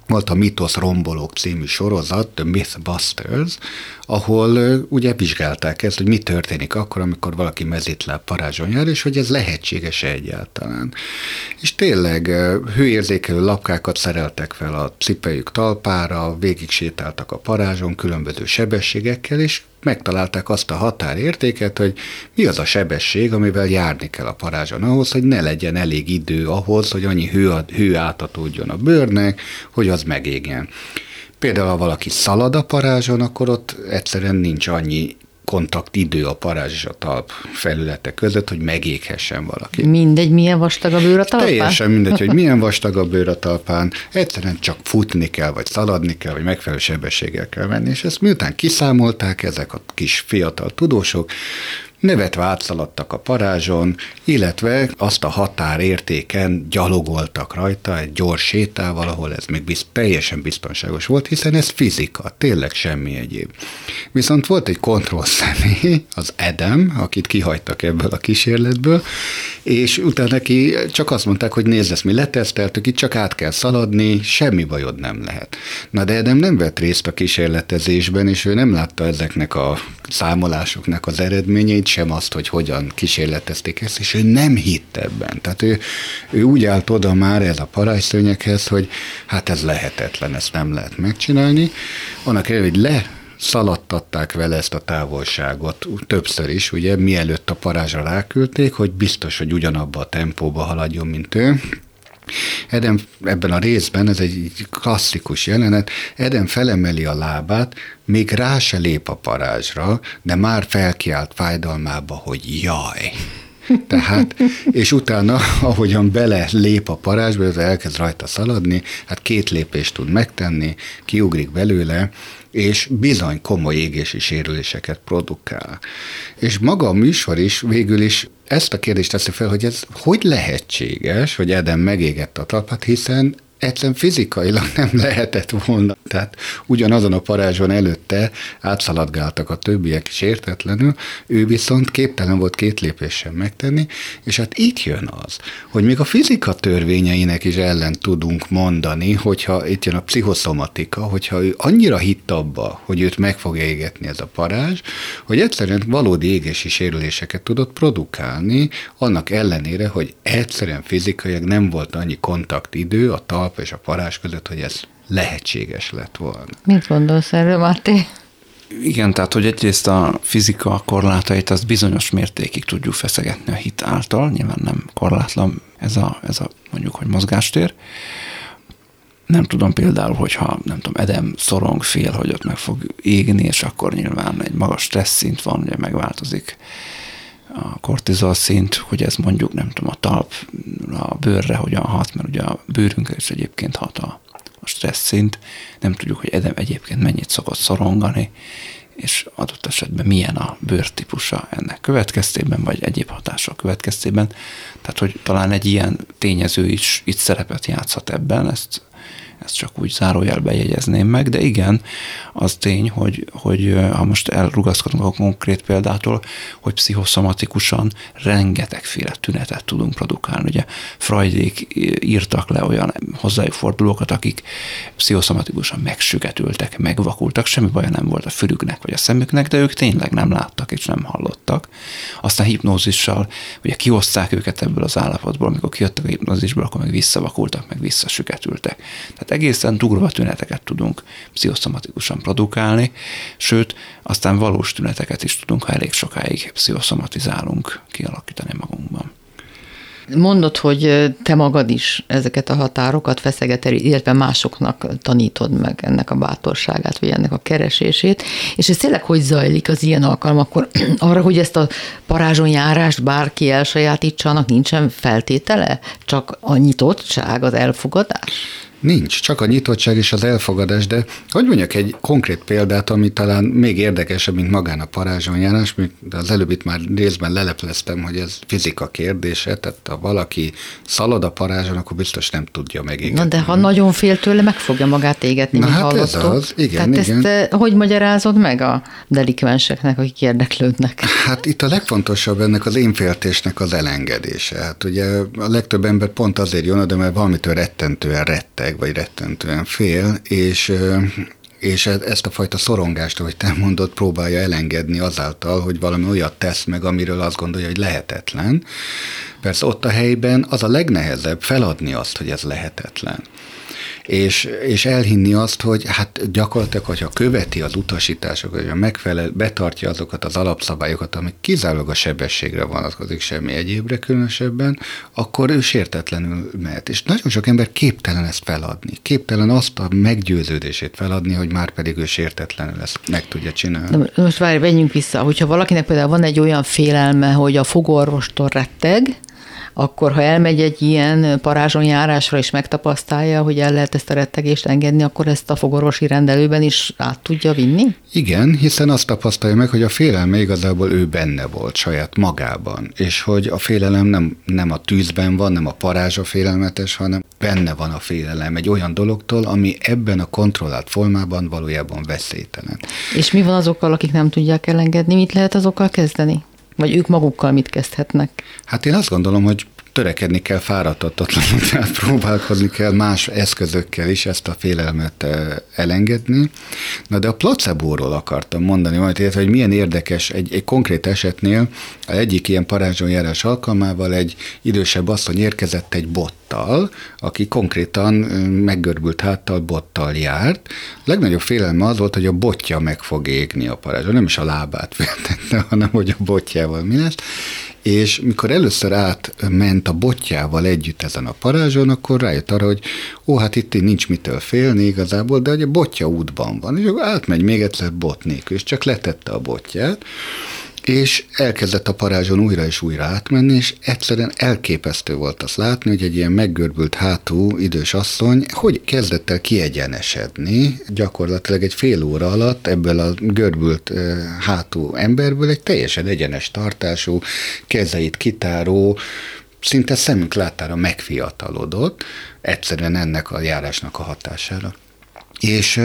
volt a Mitosz rombolók című sorozat, The Mythbusters, ahol ugye vizsgálták ezt, hogy mi történik akkor, amikor valaki mezitláb parázson jár, és hogy ez lehetséges-e egyáltalán. És tényleg hőérzékelő lapkákat szereltek fel a cipejük talpára, végig sétáltak a parázson különböző sebességekkel, és megtalálták azt a határértéket, hogy mi az a sebesség, amivel járni kell a parázson ahhoz, hogy ne legyen elég idő ahhoz, hogy annyi hő, hő átatódjon a bőrnek, hogy az megégjen. Például, ha valaki szalad a parázson, akkor ott egyszerűen nincs annyi kontaktidő a parázs és a talp felülete között, hogy megéghessen valaki. Mindegy, milyen vastag a bőr a talpán? Teljesen mindegy, hogy milyen vastag a bőr a talpán, egyszerűen csak futni kell, vagy szaladni kell, vagy megfelelő sebességgel kell menni, és ezt miután kiszámolták ezek a kis fiatal tudósok, nevetve átszaladtak a parázson, illetve azt a határértéken gyalogoltak rajta egy gyors sétával, ahol ez még biz, teljesen biztonságos volt, hiszen ez fizika, tényleg semmi egyéb. Viszont volt egy kontrollszemély, az Adam, akit kihagytak ebből a kísérletből, és utána neki csak azt mondták, hogy nézd, ezt mi leteszteltük, itt csak át kell szaladni, semmi bajod nem lehet. Na de Adam nem vett részt a kísérletezésben, és ő nem látta ezeknek a számolásoknak az eredményeit, sem azt, hogy hogyan kísérletezték ezt, és ő nem hitt ebben. Tehát ő, ő úgy állt oda már ez a parázsszőnyeghez, hogy hát ez lehetetlen, ezt nem lehet megcsinálni. Annak ellenére, hogy le szaladtatták vele ezt a távolságot többször is, ugye, mielőtt a parázsra ráküldték, hogy biztos, hogy ugyanabba a tempóba haladjon, mint ő. Adam ebben a részben, ez egy klasszikus jelenet, Adam felemeli a lábát, még rá se lép a parázsra, de már felkiált fájdalmába, hogy jaj. Tehát, és utána, ahogyan bele lép a parázsba, az elkezd rajta szaladni, hát két lépést tud megtenni, kiugrik belőle, és bizony komoly égési sérüléseket produkál. És maga a műsor is végül is ezt a kérdést teszi fel, hogy ez hogy lehetséges, hogy Adam megégette a talpát, hiszen egyszerűen fizikailag nem lehetett volna. Tehát ugyanazon a parázson előtte átszaladgáltak a többiek sértetlenül, ő viszont képtelen volt két lépéssel megtenni, és hát itt jön az, hogy még a fizika törvényeinek is ellen tudunk mondani, hogyha itt jön a pszichoszomatika, hogyha ő annyira hitt abba, hogy őt meg fogja égetni ez a parázs, hogy egyszerűen valódi égési sérüléseket tudott produkálni, annak ellenére, hogy egyszerűen fizikailag nem volt annyi kontaktidő a talp és a parázs között, hogy ez lehetséges lett volna. Mit gondolsz erről, Máté? Igen, tehát, hogy egyrészt a fizika korlátait azt bizonyos mértékig tudjuk feszegetni a hit által, nyilván nem korlátlan ez a, ez a mondjuk, hogy mozgástér. Nem tudom például, hogyha nem tudom, Adam szorong, fél, hogy ott meg fog égni, és akkor nyilván egy magas stressz szint van, ugye megváltozik a kortizol szint, hogy ez mondjuk, nem tudom, a talp, a bőrre hogyan hat, mert ugye a bőrünkre is egyébként hat a, a stressz szint. Nem tudjuk, hogy Adam egyébként mennyit szokott szorongani, és adott esetben milyen a bőrtípusa ennek következtében, vagy egyéb hatások következtében. Tehát, hogy talán egy ilyen tényező is itt szerepet játszhat ebben, ezt ezt csak úgy zárójelben jegyezném meg, de igen, az tény, hogy, hogy ha most elrugaszkodunk a konkrét példától, hogy pszichoszomatikusan rengetegféle tünetet tudunk produkálni. Ugye Freudék írtak le olyan hozzájuk fordulókat, akik pszichoszomatikusan megsüketültek, megvakultak, semmi baja nem volt a fülüknek vagy a szemüknek, de ők tényleg nem láttak és nem hallottak. Aztán hipnózissal ugye kihozták őket ebből az állapotból, amikor kijöttek a hipnózisból, akkor meg visszavakultak, meg visszasüketültek. Tehát egészen durva tüneteket tudunk pszichoszomatikusan produkálni, sőt, aztán valós tüneteket is tudunk, ha elég sokáig pszichoszomatizálunk, kialakítani magunkban. Mondod, hogy te magad is ezeket a határokat feszegeted, illetve másoknak tanítod meg ennek a bátorságát, vagy ennek a keresését, és ez tényleg hogy zajlik az ilyen alkalmakkor? Arra, hogy ezt a parázsonjárást bárki elsajátítsa, annak nincsen feltétele? Csak a nyitottság, az elfogadás? Nincs, csak a nyitottság és az elfogadás, de hogy mondjak egy konkrét példát, ami talán még érdekesebb, mint magán a parázsonjárás, de az előbb itt már részben lelepleztem, hogy ez fizika kérdése, tehát ha valaki szalad a parázson, akkor biztos nem tudja megégetni. Na de ha nagyon fél tőle, meg fogja magát égetni, Na mint hát hallottuk. ez az, igen, Tehát igen. ezt hogy magyarázod meg a delikvenseknek, akik érdeklődnek? Hát itt a legfontosabb ennek az énféltésnek az elengedése. Hát ugye a legtöbb ember pont azért jön oda, mert valamitől rettentően retteg, félek, vagy rettentően fél, és és ezt a fajta szorongást, ahogy te mondod, próbálja elengedni azáltal, hogy valami olyat tesz meg, amiről azt gondolja, hogy lehetetlen. Persze ott a helyben az a legnehezebb feladni azt, hogy ez lehetetlen. És, és elhinni azt, hogy hát gyakorlatilag, hogyha követi az utasításokat, hogyha megfelel, betartja azokat az alapszabályokat, amik kizárólag a sebességre vonatkozik, semmi egyébre különösebben, akkor ő sértetlenül mehet. És nagyon sok ember képtelen ezt feladni. Képtelen azt a meggyőződését feladni, hogy már pedig ő sértetlenül ezt meg tudja csinálni. Na, most várj, menjünk vissza. Hogyha valakinek például van egy olyan félelme, hogy a fogorvostól retteg, akkor ha elmegy egy ilyen parázsonjárásra és megtapasztalja, hogy el lehet ezt a rettegést engedni, akkor ezt a fogorvosi rendelőben is át tudja vinni? Igen, hiszen azt tapasztalja meg, hogy a félelme igazából ő benne volt saját magában, és hogy a félelem nem, nem a tűzben van, nem a parázsa félelmetes, hanem benne van a félelem egy olyan dologtól, ami ebben a kontrollált formában valójában veszélytelen. És mi van azokkal, akik nem tudják elengedni? Mit lehet azokkal kezdeni? Vagy ők magukkal mit kezdhetnek? Hát én azt gondolom, hogy törekedni kell fáradhatatlanul, tehát próbálkozni kell más eszközökkel is ezt a félelmet elengedni. Na de a placebóról akartam mondani majd, illetve, hogy milyen érdekes, egy, egy konkrét esetnél az egyik ilyen parázsonjárás alkalmával egy idősebb asszony érkezett egy bottal, aki konkrétan meggörbült háttal bottal járt. A legnagyobb félelme az volt, hogy a botja meg fog égni a parázson, nem is a lábát féltette, hanem hogy a botjával mi lesz. És mikor először átment a botjával együtt ezen a parázson, akkor rájött arra, hogy ó, hát itt nincs mitől félni igazából, de hogy a botja útban van. És akkor átmegy még egyszer bot nélkül, és csak letette a botját, és elkezdett a parázson újra és újra átmenni, és egyszerűen elképesztő volt azt látni, hogy egy ilyen meggörbült hátú idős asszony, hogy kezdett el kiegyenesedni, gyakorlatilag egy fél óra alatt ebből a görbült hátú emberből egy teljesen egyenes tartású, kezeit kitáró, szinte szemünk láttára megfiatalodott, egyszerűen ennek a járásnak a hatására. És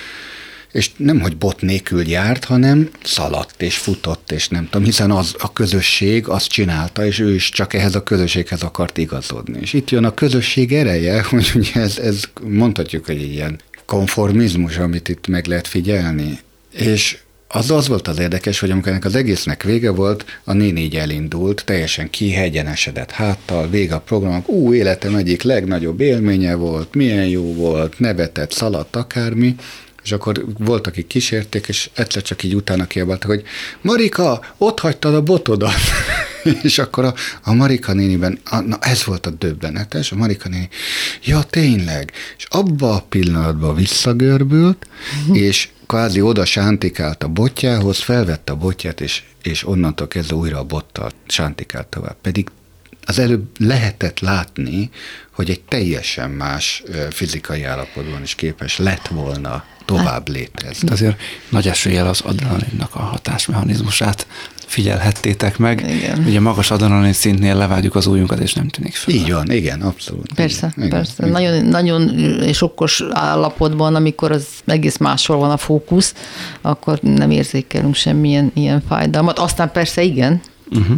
és nem, hogy bot nélkül járt, hanem szaladt és futott, és nem tudom, hiszen az a közösség azt csinálta, és ő is csak ehhez a közösséghez akart igazodni. És itt jön a közösség ereje, hogy ugye ez, ez mondhatjuk, hogy egy ilyen konformizmus, amit itt meg lehet figyelni. És az az volt az érdekes, hogy amikor ennek az egésznek vége volt, a néni így elindult, teljesen kihegyenesedett háttal, vége a programnak, ú, életem egyik legnagyobb élménye volt, milyen jó volt, nevetett, szaladt, akármi, és akkor volt, akik kísérték, és egyszer csak így utána kiabáltak, hogy Marika, ott hagytad a botodat. És akkor a, a Marika néniben, a, na ez volt a döbbenetes, a Marika néni, ja tényleg, és abba a pillanatban visszagörbült, uh-huh. és kvázi oda sántikált a botjához, felvette a botját, és, és onnantól kezdve újra a bottal sántikált tovább. Pedig az előbb lehetett látni, hogy egy teljesen más fizikai állapotban is képes lett volna tovább létezni. Azért nagy eséllyel az adrenalinnak a hatásmechanizmusát figyelhettétek meg. Igen. Ugye magas adrenalin szintnél levágjuk az ujjunkat, és nem tűnik fel. Így van, igen, abszolút. Persze, igen, persze. Igen. Nagyon, nagyon sokkos állapotban, amikor az egész máshol van a fókusz, akkor nem érzékelünk semmilyen ilyen fájdalmat. Aztán persze igen. Uh-huh.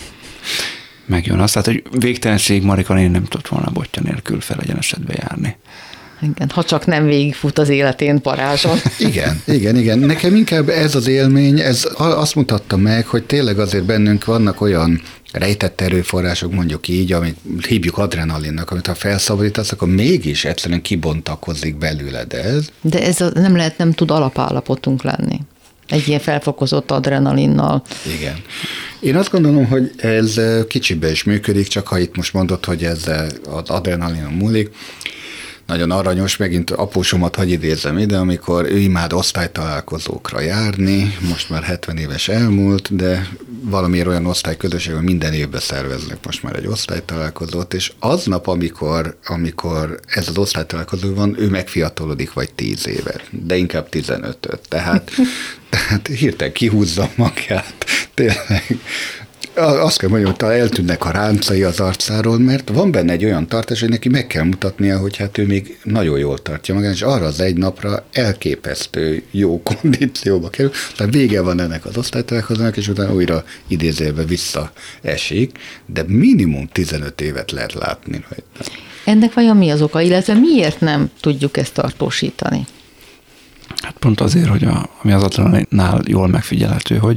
Megjön azt, tehát, hogy végtelenség Marika néni nem tudott volna botja nélkül felegyenesedve járni. Igen, ha csak nem végigfut az életén parázson. Igen, igen, igen. Nekem inkább ez az élmény, ez azt mutatta meg, hogy tényleg azért bennünk vannak olyan rejtett erőforrások, mondjuk így, amit hívjuk adrenalinnak, amit ha felszabadítasz, akkor mégis egyszerűen kibontakozik belőled ez. De ez a, nem lehet, nem tud alapállapotunk lenni. Egy ilyen felfokozott adrenalinnal. Igen. Én azt gondolom, hogy ez kicsibe is működik, csak ha itt most mondod, hogy ez az adrenalinon múlik. Nagyon aranyos, megint apósomat hagy idézem ide, amikor ő imád osztálytalálkozókra járni, most már hetven éves elmúlt, de valamiért olyan osztályközösségben minden évben szerveznek most már egy osztálytalálkozót, és aznap, amikor, amikor ez az osztálytalálkozó van, ő megfiatalodik vagy tíz évet, de inkább tizenötöt, tehát, tehát hirtelen kihúzza magát, tényleg. Azt kell mondjam, hogy eltűnnek a ráncai az arcáról, mert van benne egy olyan tartás, hogy neki meg kell mutatnia, hogy hát ő még nagyon jól tartja magát, és arra az egy napra elképesztő jó kondícióba kerül, tehát vége van ennek az osztálytalálkozónak, és utána újra idézőjelben visszaesik, de minimum tizenöt évet lehet látni. Ennek vajon mi az oka, illetve miért nem tudjuk ezt tartósítani? Hát pont azért, hogy a, ami az adrenalinnál jól megfigyelhető, hogy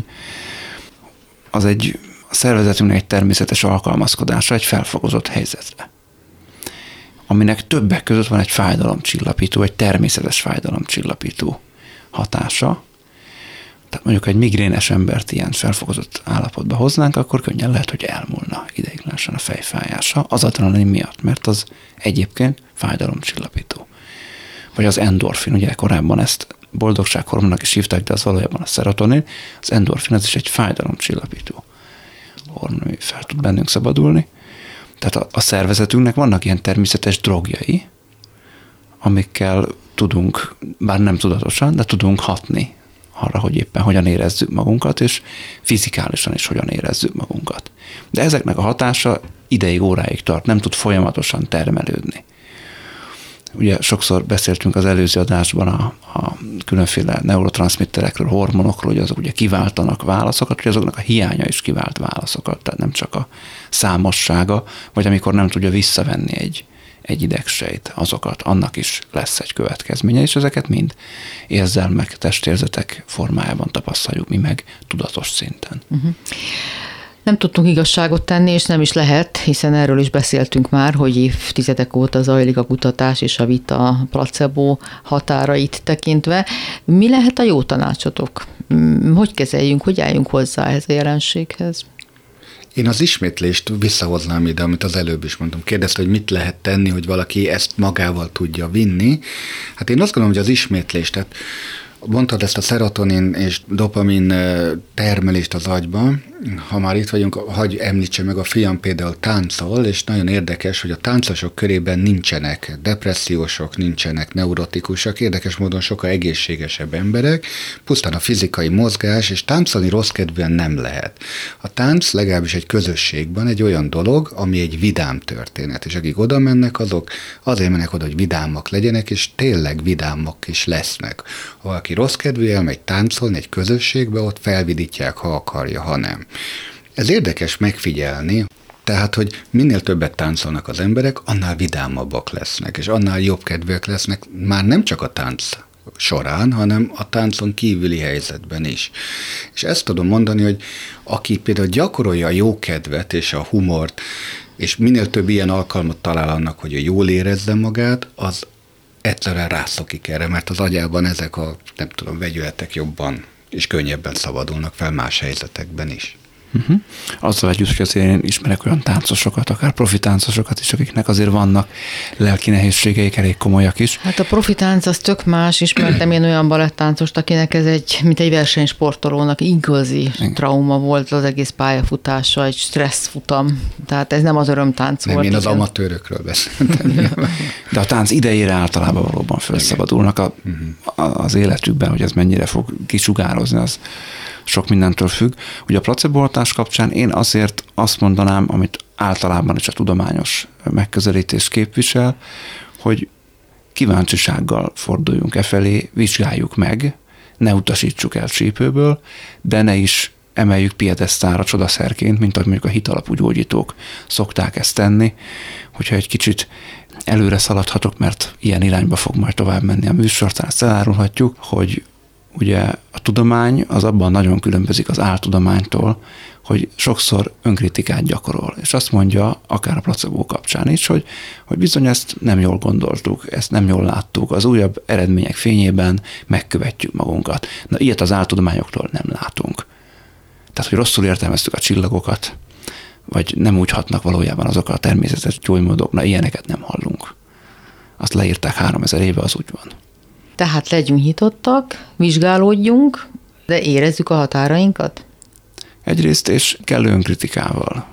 az egy a szervezetünknek egy természetes alkalmazkodása egy felfokozott helyzetre, aminek többek között van egy fájdalomcsillapító, egy természetes fájdalomcsillapító hatása. Tehát mondjuk egy migrénes embert ilyen felfokozott állapotba hoznánk, akkor könnyen lehet, hogy elmúlna ideiglenesen a fejfájása az adrenalin miatt, mert az egyébként fájdalomcsillapító. Vagy az endorfin, ugye korábban ezt boldogsághormonnak is hívták, de az valójában a szerotonin. Az endorfin az is egy fájdalomcsillapító hormon, ami fel tud bennünk szabadulni. Tehát a, a szervezetünknek vannak ilyen természetes drogjai, amikkel tudunk, bár nem tudatosan, de tudunk hatni arra, hogy éppen hogyan érezzük magunkat, és fizikálisan is hogyan érezzük magunkat. De ezeknek a hatása ideig, óráig tart, nem tud folyamatosan termelődni. Ugye sokszor beszéltünk az előző adásban a, a különféle neurotranszmitterekről, hormonokról, hogy azok ugye kiváltanak válaszokat, hogy azoknak a hiánya is kivált válaszokat, tehát nem csak a számossága, vagy amikor nem tudja visszavenni egy, egy idegsejt azokat, annak is lesz egy következménye, és ezeket mind érzelmek, testérzetek formájában tapasztaljuk mi meg tudatos szinten. Uh-huh. Nem tudtunk igazságot tenni, és nem is lehet, hiszen erről is beszéltünk már, hogy évtizedek óta zajlik a kutatás és a vita a placebo határait tekintve. Mi lehet a jó tanácsotok? Hogy kezeljünk, hogy álljunk hozzá ehhez a jelenséghez? Én az ismétlést visszahoznám ide, amit az előbb is mondtam. Kérdezte, hogy mit lehet tenni, hogy valaki ezt magával tudja vinni. Hát én azt gondolom, hogy az ismétlést, tehát mondtad ezt a szerotonin és dopamin termelést az agyban, ha már itt vagyunk, hagyj említse meg, a fiam például táncol, és nagyon érdekes, hogy a táncosok körében nincsenek depressziósok, nincsenek neurotikusok, érdekes módon sokkal egészségesebb emberek, pusztán a fizikai mozgás, és táncolni rossz kedvűen nem lehet. A tánc legalábbis egy közösségben egy olyan dolog, ami egy vidám történet, és akik oda mennek, azok azért mennek oda, hogy vidámak legyenek, és tényleg vidámak is lesznek. Ha valaki rossz kedvű elmegy táncolni egy közösségbe, ott felvidítják, ha akarja, ha nem. Ez érdekes megfigyelni, tehát, hogy minél többet táncolnak az emberek, annál vidámabbak lesznek, és annál jobb kedvűek lesznek, már nem csak a tánc során, hanem a táncon kívüli helyzetben is. És ezt tudom mondani, hogy aki például gyakorolja a jó kedvet és a humort, és minél több ilyen alkalmat talál annak, hogy jól érezze magát, az egyszerűen rászokik erre, mert az agyában ezek a, nem tudom, vegyületek jobban és könnyebben szabadulnak fel más helyzetekben is. Uh-huh. Azzal együtt, hogy azért én ismerek olyan táncosokat, akár profi táncosokat is, akiknek azért vannak lelki nehézségeik, elég komolyak is. Hát a profi tánc az tök más, ismertem én olyan balettáncost, akinek ez egy, mint egy versenysportolónak igazi Igen. trauma volt az egész pályafutása, egy stresszfutam, tehát ez nem az örömtánc nem, volt. Én igen. az amatőrökről beszéltem. De a tánc idejére általában valóban felszabadulnak a, a, az életükben, hogy ez mennyire fog kisugározni, az sok mindentől függ. Ugye a placebo hatás kapcsán én azért azt mondanám, amit általában is a tudományos megközelítés képvisel, hogy kíváncsisággal forduljunk e felé, vizsgáljuk meg, ne utasítsuk el csípőből, de ne is emeljük piedesztára csodaszerként, mint ahogy mondjuk a hitalapú gyógyítók szokták ezt tenni, hogyha egy kicsit előre szaladhatok, mert ilyen irányba fog majd tovább menni a műsor, talán ezt elárulhatjuk, hogy ugye a tudomány az abban nagyon különbözik az áltudománytól, hogy sokszor önkritikát gyakorol, és azt mondja, akár a placebo kapcsán is, hogy, hogy bizony ezt nem jól gondoltuk, ezt nem jól láttuk, az újabb eredmények fényében megkövetjük magunkat. Na, ilyet az áltudományoktól nem látunk. Tehát, hogy rosszul értelmeztük a csillagokat, vagy nem úgy hatnak valójában azok a természetes gyógymódok, na, ilyeneket nem hallunk. Azt leírták háromezer éve, az úgy van. Tehát legyünk nyitottak, vizsgálódjunk, de érezzük a határainkat? Egyrészt, és kellő önkritikával.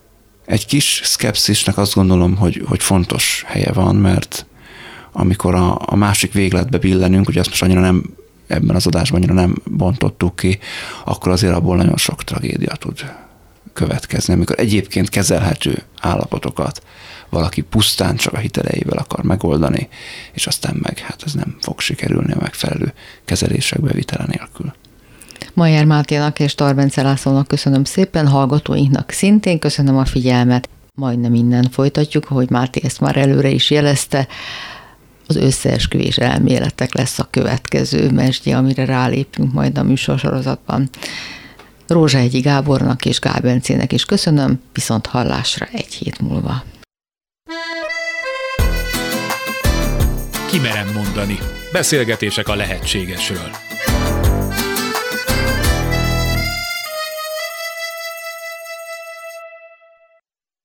Egy kis szkepszisnek azt gondolom, hogy, hogy fontos helye van, mert amikor a, a másik végletbe billenünk, ugye azt most annyira nem, ebben az adásban annyira nem bontottuk ki, akkor azért abból nagyon sok tragédia tud következni, amikor egyébként kezelhető állapotokat valaki pusztán csak a hiteleivel akar megoldani, és aztán meg, hát ez nem fog sikerülni a megfelelő kezelések bevitele nélkül. Mayer Máténak és Tarbence Lászlónak köszönöm szépen, hallgatóinknak szintén köszönöm a figyelmet. majdnem innen folytatjuk, hogy Máté ezt már előre is jelezte, az összeesküvés elméletek lesz a következő mesdje, amire rálépünk majd a műsorsorozatban. Rózsahegyi Gábornak és Gál Bencének is köszönöm, viszont hallásra egy hét múlva. Ki merem mondani. Beszélgetések a lehetségesről.